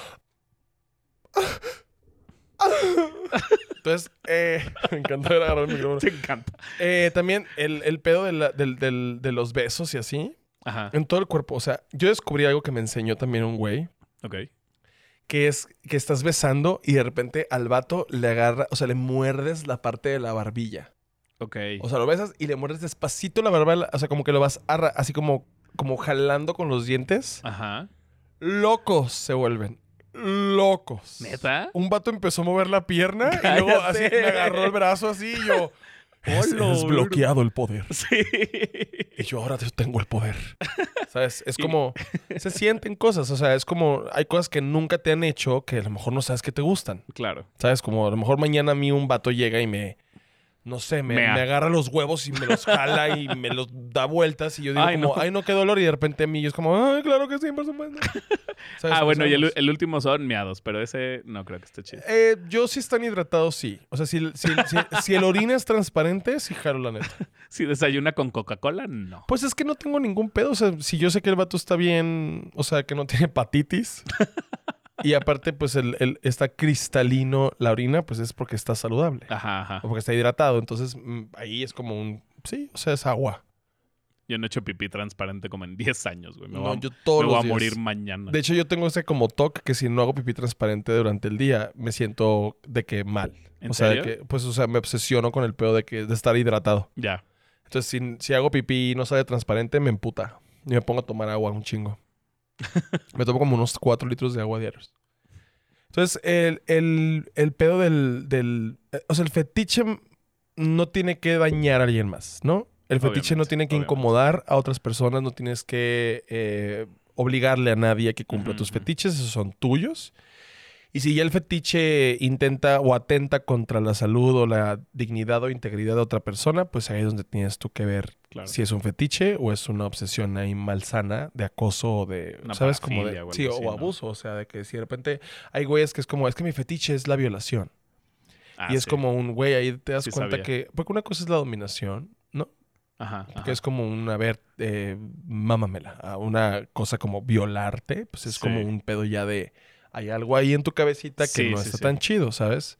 A: Entonces, eh, me encanta agarrar el micrófono.
B: Te encanta.
A: Eh, también el, el pedo de, la- del- del- de los besos y así,
B: Ajá.
A: en todo el cuerpo. O sea, yo descubrí algo que me enseñó también un güey,
B: Ok.
A: que es que estás besando y de repente al vato le agarra, o sea, le muerdes la parte de la barbilla.
B: Ok.
A: O sea, lo besas y le muerdes despacito la barbilla, o sea, como que lo vas arra- así como, como jalando con los dientes.
B: Ajá.
A: Locos se vuelven. Locos.
B: ¿Neta?
A: Un vato empezó a mover la pierna y
B: Cállate.
A: luego así me agarró el brazo así y yo... Es
B: Hola,
A: desbloqueado el poder.
B: Sí.
A: Y yo ahora yo tengo el poder. ¿Sabes? Es como... Se sienten cosas. O sea, es como... Hay cosas que nunca te han hecho que a lo mejor no sabes que te gustan.
B: Claro.
A: ¿Sabes? Como a lo mejor mañana a mí un vato llega y me... No sé, me,
B: Mea.
A: me agarra los huevos y me los jala y me los da vueltas y yo digo
B: Ay,
A: como...
B: no.
A: Ay, no, qué dolor. Y de repente a mí yo es como... Ay, claro que sí, por supuesto. ¿Sabes?
B: Ah, bueno, y el,
A: Pasamos.
B: el último son miados, pero ese no creo que esté chido.
A: Eh, yo si están hidratados, sí. O sea, si, si, si, si el orina es transparente, sí jalo la neta.
B: Si desayuna con Coca-Cola, no.
A: Pues es que no tengo ningún pedo. O sea, si yo sé que el vato está bien, o sea, que no tiene hepatitis. Y aparte, pues el, el- está cristalino la orina, pues es porque está saludable.
B: Ajá, ajá.
A: O porque está hidratado. Entonces, mm, ahí es como un... Sí, o sea, es agua.
B: Yo no he hecho pipí transparente como en diez años, güey. Me
A: No,
B: voy a,
A: yo todos
B: me voy
A: los
B: a
A: días.
B: morir mañana.
A: De hecho, yo tengo ese como toque que si no hago pipí transparente durante el día, me siento de que mal.
B: ¿En
A: o sea,
B: serio?
A: de que, pues, o sea, me obsesiono con el pedo de que de estar hidratado.
B: Ya.
A: Entonces, si, si hago pipí y no sale transparente, me emputa. Y me pongo a tomar agua un chingo. Me tomo como unos cuatro litros de agua diarios. Entonces, el, el, el pedo del, del... eh, O sea, el fetiche no tiene que dañar a alguien más, ¿no? El fetiche no
B: Obviamente,
A: tiene que
B: obviamente.
A: incomodar a otras personas, no tienes que eh, obligarle a nadie a que cumpla
B: Ujú,
A: tus
B: ujú.
A: fetiches, esos son tuyos. Y si ya el fetiche intenta o atenta contra la salud o la dignidad o integridad de otra persona, pues ahí es donde tienes tú que ver
B: Claro.
A: si es un fetiche o es una obsesión ahí malsana de acoso o de,
B: Una
A: ¿sabes? Como de,
B: parafilia o algo
A: sí, o
B: así, ¿no?
A: abuso. O sea, de que si de repente hay güeyes que es como, es que mi fetiche es la violación.
B: Ah,
A: y es
B: sí.
A: como un güey, ahí te das
B: Sí
A: cuenta
B: sabía.
A: que, porque una cosa es la dominación, ¿no?
B: Ajá, ajá.
A: Que es como un, a ver, eh, mámamela. A una cosa como violarte, pues es
B: Sí.
A: como un pedo ya de hay algo ahí en tu cabecita que
B: Sí,
A: no
B: sí,
A: está
B: sí.
A: tan chido, ¿sabes?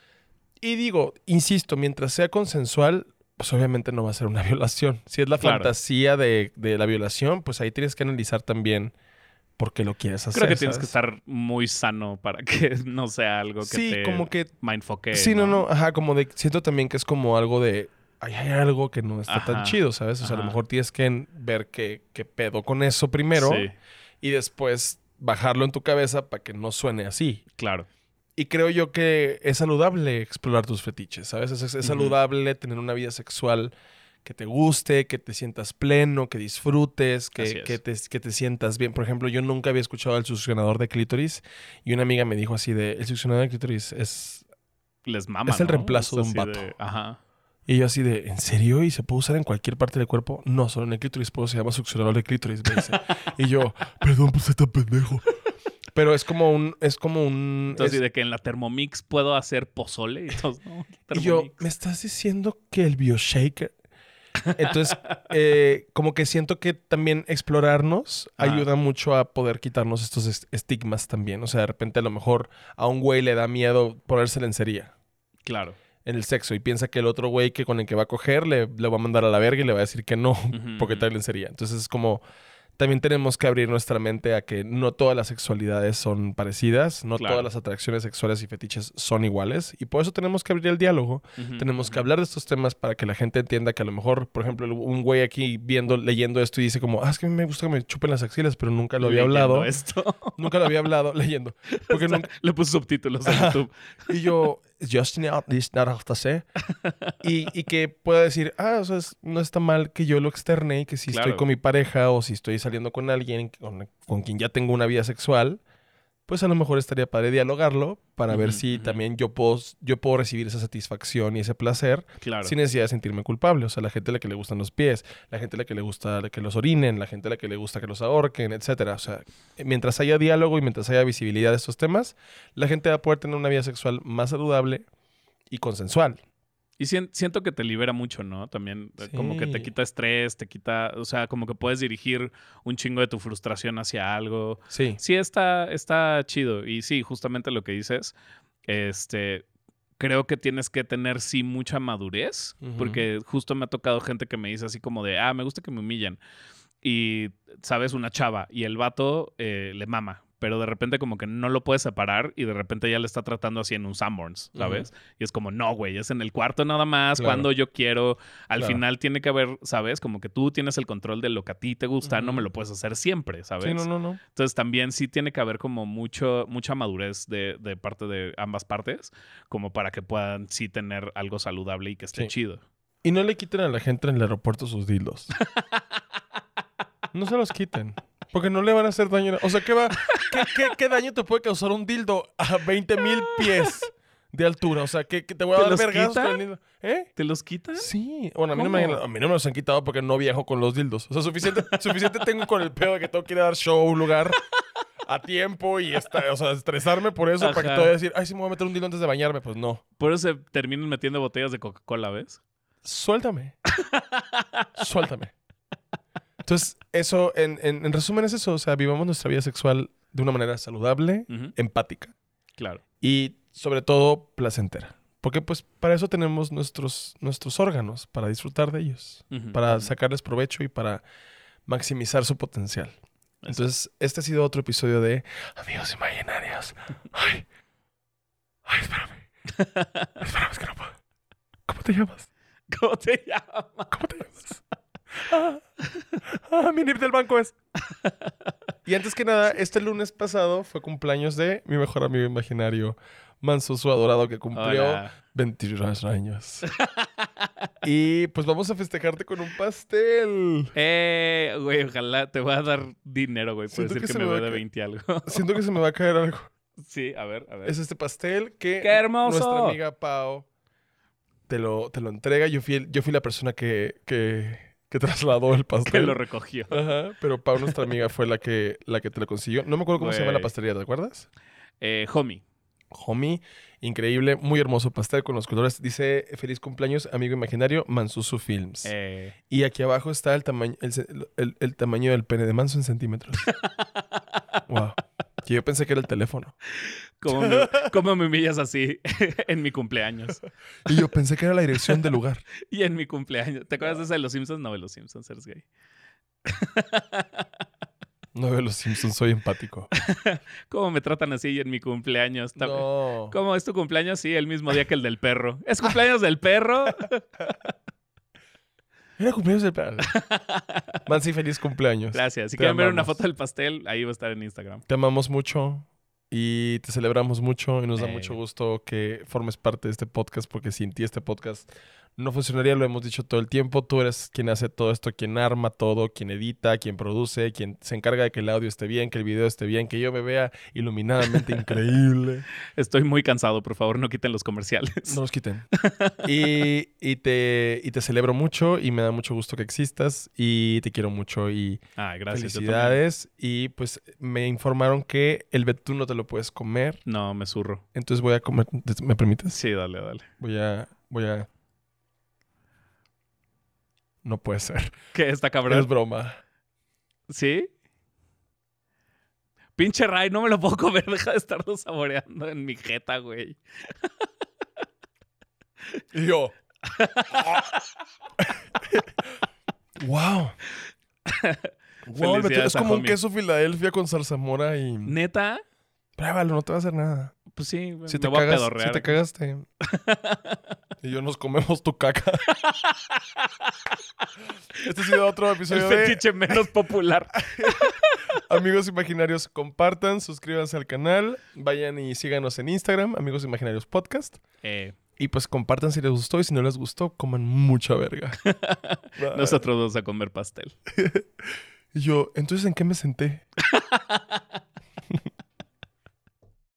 A: Y digo, insisto, mientras sea consensual, pues obviamente no va a ser una violación. Si es la
B: Claro.
A: fantasía de, de la violación, pues ahí tienes que analizar también por qué lo quieres hacer,
B: Creo que tienes que
A: ¿sabes?
B: estar muy sano para que no sea algo que
A: Sí,
B: te
A: como que...
B: mindfuckee,
A: Sí, no,
B: ¿no?
A: no, ajá, como de... Siento también que es como algo de... Ay, hay algo que no está tan
B: Ajá,
A: chido, ¿sabes? O sea, a lo
B: ajá.
A: mejor tienes que ver qué, qué pedo con eso primero
B: Sí,
A: y después bajarlo en tu cabeza para que no suene así.
B: claro.
A: Y creo yo que es saludable explorar tus fetiches, ¿sabes? Es, es
B: Ujú.
A: saludable tener una vida sexual que te guste, que te sientas pleno, que disfrutes,
B: Así
A: que,
B: es.
A: que, te, que te sientas bien. Por ejemplo, yo nunca había escuchado el succionador de clítoris y una amiga me dijo así de, el succionador de clítoris es...
B: Les mama,
A: Es el
B: ¿no?
A: reemplazo de un
B: así
A: vato.
B: Ajá.
A: Y yo así de, ¿en serio? ¿Y se puede usar en cualquier parte del cuerpo? No, solo en el clítoris, pero se llama succionador de clítoris, me dice. Y yo, perdón, pues está pendejo. Pero es como un, es como un...
B: Entonces,
A: es-
B: y de que en la Thermomix puedo hacer pozole y todo, ¿no?
A: Y yo,
B: Thermomix.
A: ¿me estás diciendo que el bioshaker? Entonces, eh, como que siento que también explorarnos
B: Ajá.
A: ayuda mucho a poder quitarnos estos est- estigmas también. O sea, de repente a lo mejor a un güey le da miedo ponerse lencería
B: Claro.
A: en el sexo y piensa que el otro güey que con el que va a coger le, le va a mandar a la verga y le va a decir que no
B: Ujú,
A: porque
B: ujú.
A: trae lencería. Entonces es como... También tenemos que abrir nuestra mente a que no todas las sexualidades son parecidas, no
B: Claro.
A: todas las atracciones sexuales y fetiches son iguales, y por eso tenemos que abrir el diálogo.
B: Ujú,
A: Tenemos que
B: ujú.
A: hablar de estos temas para que la gente entienda que a lo mejor, por ejemplo, un güey aquí viendo, leyendo esto y dice como, ah, es que a mí me gusta que me chupen las axilas, pero nunca lo había
B: Leyendo
A: hablado.
B: esto.
A: Nunca lo había hablado leyendo. Porque nunca...
B: Le puse subtítulos a
A: Ajá.
B: YouTube.
A: Y yo, just not this not after say. Y, y que pueda decir, ah, o sea, es- no está mal que yo lo externe y que si estoy
B: Claro.
A: con mi pareja o si estoy saliendo con alguien con, con quien ya tengo una vida sexual, pues a lo mejor estaría padre dialogarlo para ver
B: Ujú,
A: si
B: ujú.
A: también yo puedo, yo puedo recibir esa satisfacción y ese placer
B: Claro.
A: sin necesidad de sentirme culpable. O sea, la gente a la que le gustan los pies, la gente a la que le gusta que los orinen, la gente a la que le gusta que los ahorquen, etcétera. O sea, mientras haya diálogo y mientras haya visibilidad de estos temas, la gente va a poder tener una vida sexual más saludable y consensual.
B: Y sien- siento que te libera mucho, ¿no? También eh, como que te
A: Sí.
B: quita estrés, te quita, o sea, como que puedes dirigir un chingo de tu frustración hacia algo.
A: Sí.
B: Sí, está, está chido. Y sí, justamente lo que dices, este, creo que tienes que tener, sí, mucha madurez,
A: Ujú.
B: porque justo me ha tocado gente que me dice así como de, ah, me gusta que me humillan. Y, ¿sabes? Una chava y el vato eh, le mama, pero de repente como que no lo puede separar y de repente ya le está tratando así en un Sanborns, ¿sabes? Y es como, no, güey, es en el cuarto nada más,
A: Claro.
B: cuando yo quiero. Al
A: Claro.
B: final tiene que haber, ¿sabes? Como que tú tienes el control de lo que a ti te gusta, no
A: Ujú.
B: me lo puedes hacer siempre, ¿sabes?
A: Sí, no, no, no.
B: Entonces también sí tiene que haber como mucho, mucha madurez de, de parte de ambas partes, como para que puedan sí tener algo saludable y que esté
A: Sí.
B: chido.
A: Y no le quiten a la gente en el aeropuerto sus dildos. No se los quiten. Porque no le van a hacer daño. O sea, ¿qué, va, qué, qué, qué daño te puede causar un dildo a veinte mil pies de altura? O sea, que, que te voy a
B: ¿Te
A: dar
B: los
A: vergazos
B: quita?
A: con el dildo. ¿Eh?
B: ¿Te los quitan?
A: Sí. Bueno, a mí, no me,
B: ¿Cómo?
A: a mí no me los han quitado porque no viajo con los dildos. O sea, suficiente, suficiente tengo con el pedo de que tengo que ir a dar show a un lugar a tiempo y esta, o sea, estresarme por eso para que
B: Ajá.
A: te voy a decir, ay, sí me voy a meter un dildo antes de bañarme. Pues no.
B: Por eso se terminan metiendo botellas de Coca-Cola, ¿ves?
A: Suéltame. Suéltame. Entonces, eso, en, en, en resumen, es eso. O sea, vivamos nuestra vida sexual de una manera saludable,
B: Ujú.
A: empática
B: Claro.
A: y, sobre todo, placentera. Porque, pues, para eso tenemos nuestros, nuestros órganos, para disfrutar de ellos,
B: Ujú,
A: para
B: ujú.
A: sacarles provecho y para maximizar su potencial. Entonces, este ha sido otro episodio de Amigos Imaginarios. Ay, ay, espérame. Espérame, es que no puedo. ¿Cómo te llamas?
B: ¿Cómo te llamas?
A: ¿Cómo te llamas? Ah, ah, mi N I P del banco es. Y antes que nada, este lunes pasado fue cumpleaños de mi mejor amigo imaginario, Manso, su adorado, que cumplió
B: Hola.
A: veintidós años. Y pues vamos a festejarte con un pastel.
B: Eh, güey, ojalá te voy a dar dinero, güey, por
A: Siento
B: decir
A: que
B: que,
A: se
B: me
A: me va
B: ve
A: a
B: de
A: ca-
B: veinte algo.
A: Siento que se me va a caer algo.
B: Sí, a ver, a ver.
A: Es este pastel que
B: ¡Qué hermoso!
A: nuestra amiga Pau te lo, te lo entrega. Yo fui, el- yo fui la persona que, que, que trasladó el pastel.
B: Que lo recogió.
A: Ajá, pero Pau, nuestra amiga, fue la que, la que te lo consiguió. No me acuerdo cómo se llama la
B: Güey.
A: pastelería, ¿te acuerdas?
B: Eh, homie.
A: Homie, increíble, muy hermoso pastel con los colores. Dice, feliz cumpleaños, amigo imaginario, Mansusu Films.
B: Eh,
A: Y aquí abajo está el tamaño, el, ce- el- el tamaño del pene de Manso en centímetros. Wow, Que yo pensé que era el teléfono.
B: ¿Cómo me, cómo me humillas así en mi cumpleaños?
A: Y yo pensé que era la dirección del lugar.
B: Y en mi cumpleaños. ¿Te acuerdas de esa de Los Simpsons? No, de Los Simpsons, eres gay.
A: No veo Los Simpsons, soy empático.
B: ¿Cómo me tratan así en mi cumpleaños?
A: No.
B: ¿Cómo es tu cumpleaños? Sí, el mismo día que el del perro. ¿Es cumpleaños del perro?
A: Era cumpleaños del perro. Mansi, feliz cumpleaños.
B: Gracias. Si
A: Te
B: quieren ver una
A: amamos.
B: foto del pastel, ahí va a estar en Instagram.
A: Te amamos mucho y te celebramos mucho y nos da
B: Eh.
A: mucho gusto que formes parte de este podcast porque sin ti este podcast no funcionaría, lo hemos dicho todo el tiempo. Tú eres quien hace todo esto, quien arma todo, quien edita, quien produce, quien se encarga de que el audio esté bien, que el video esté bien, que yo me vea iluminadamente increíble.
B: Estoy muy cansado, por favor, no quiten los comerciales.
A: No los quiten. Y, y, te, y te celebro mucho y me da mucho gusto que existas y te quiero mucho y
B: Ay, gracias. yo también.
A: felicidades. Y pues me informaron que el betún no te lo puedes comer.
B: No, me zurro.
A: Entonces voy a comer. ¿Me permites?
B: Sí, dale, dale.
A: Voy a... Voy a... No puede ser.
B: ¿Qué? ¿Está
A: Es
B: cabrón?
A: broma.
B: ¿Sí? Pinche Ray, no me lo puedo comer. Deja de estarlo saboreando en mi jeta, güey.
A: Y yo... ¡Wow! Wow, el betún
B: Felicidades
A: es
B: a
A: como un
B: homie.
A: queso Filadelfia con zarzamora y...
B: ¿Neta?
A: Pruébalo, no te va a hacer nada.
B: Pues sí,
A: Si
B: me
A: te,
B: voy a
A: cagas,
B: pedorrear.
A: si te cagaste. Y yo nos comemos tu caca. Este ha sido otro
B: El
A: episodio de
B: fetiche menos popular.
A: Amigos Imaginarios. Compartan, suscríbanse al canal, vayan y síganos en Instagram, Amigos Imaginarios Podcast.
B: Eh,
A: Y pues compartan si les gustó y si no les gustó, coman mucha verga. Bye.
B: nosotros vamos a comer pastel.
A: Y yo, entonces, ¿en qué me senté?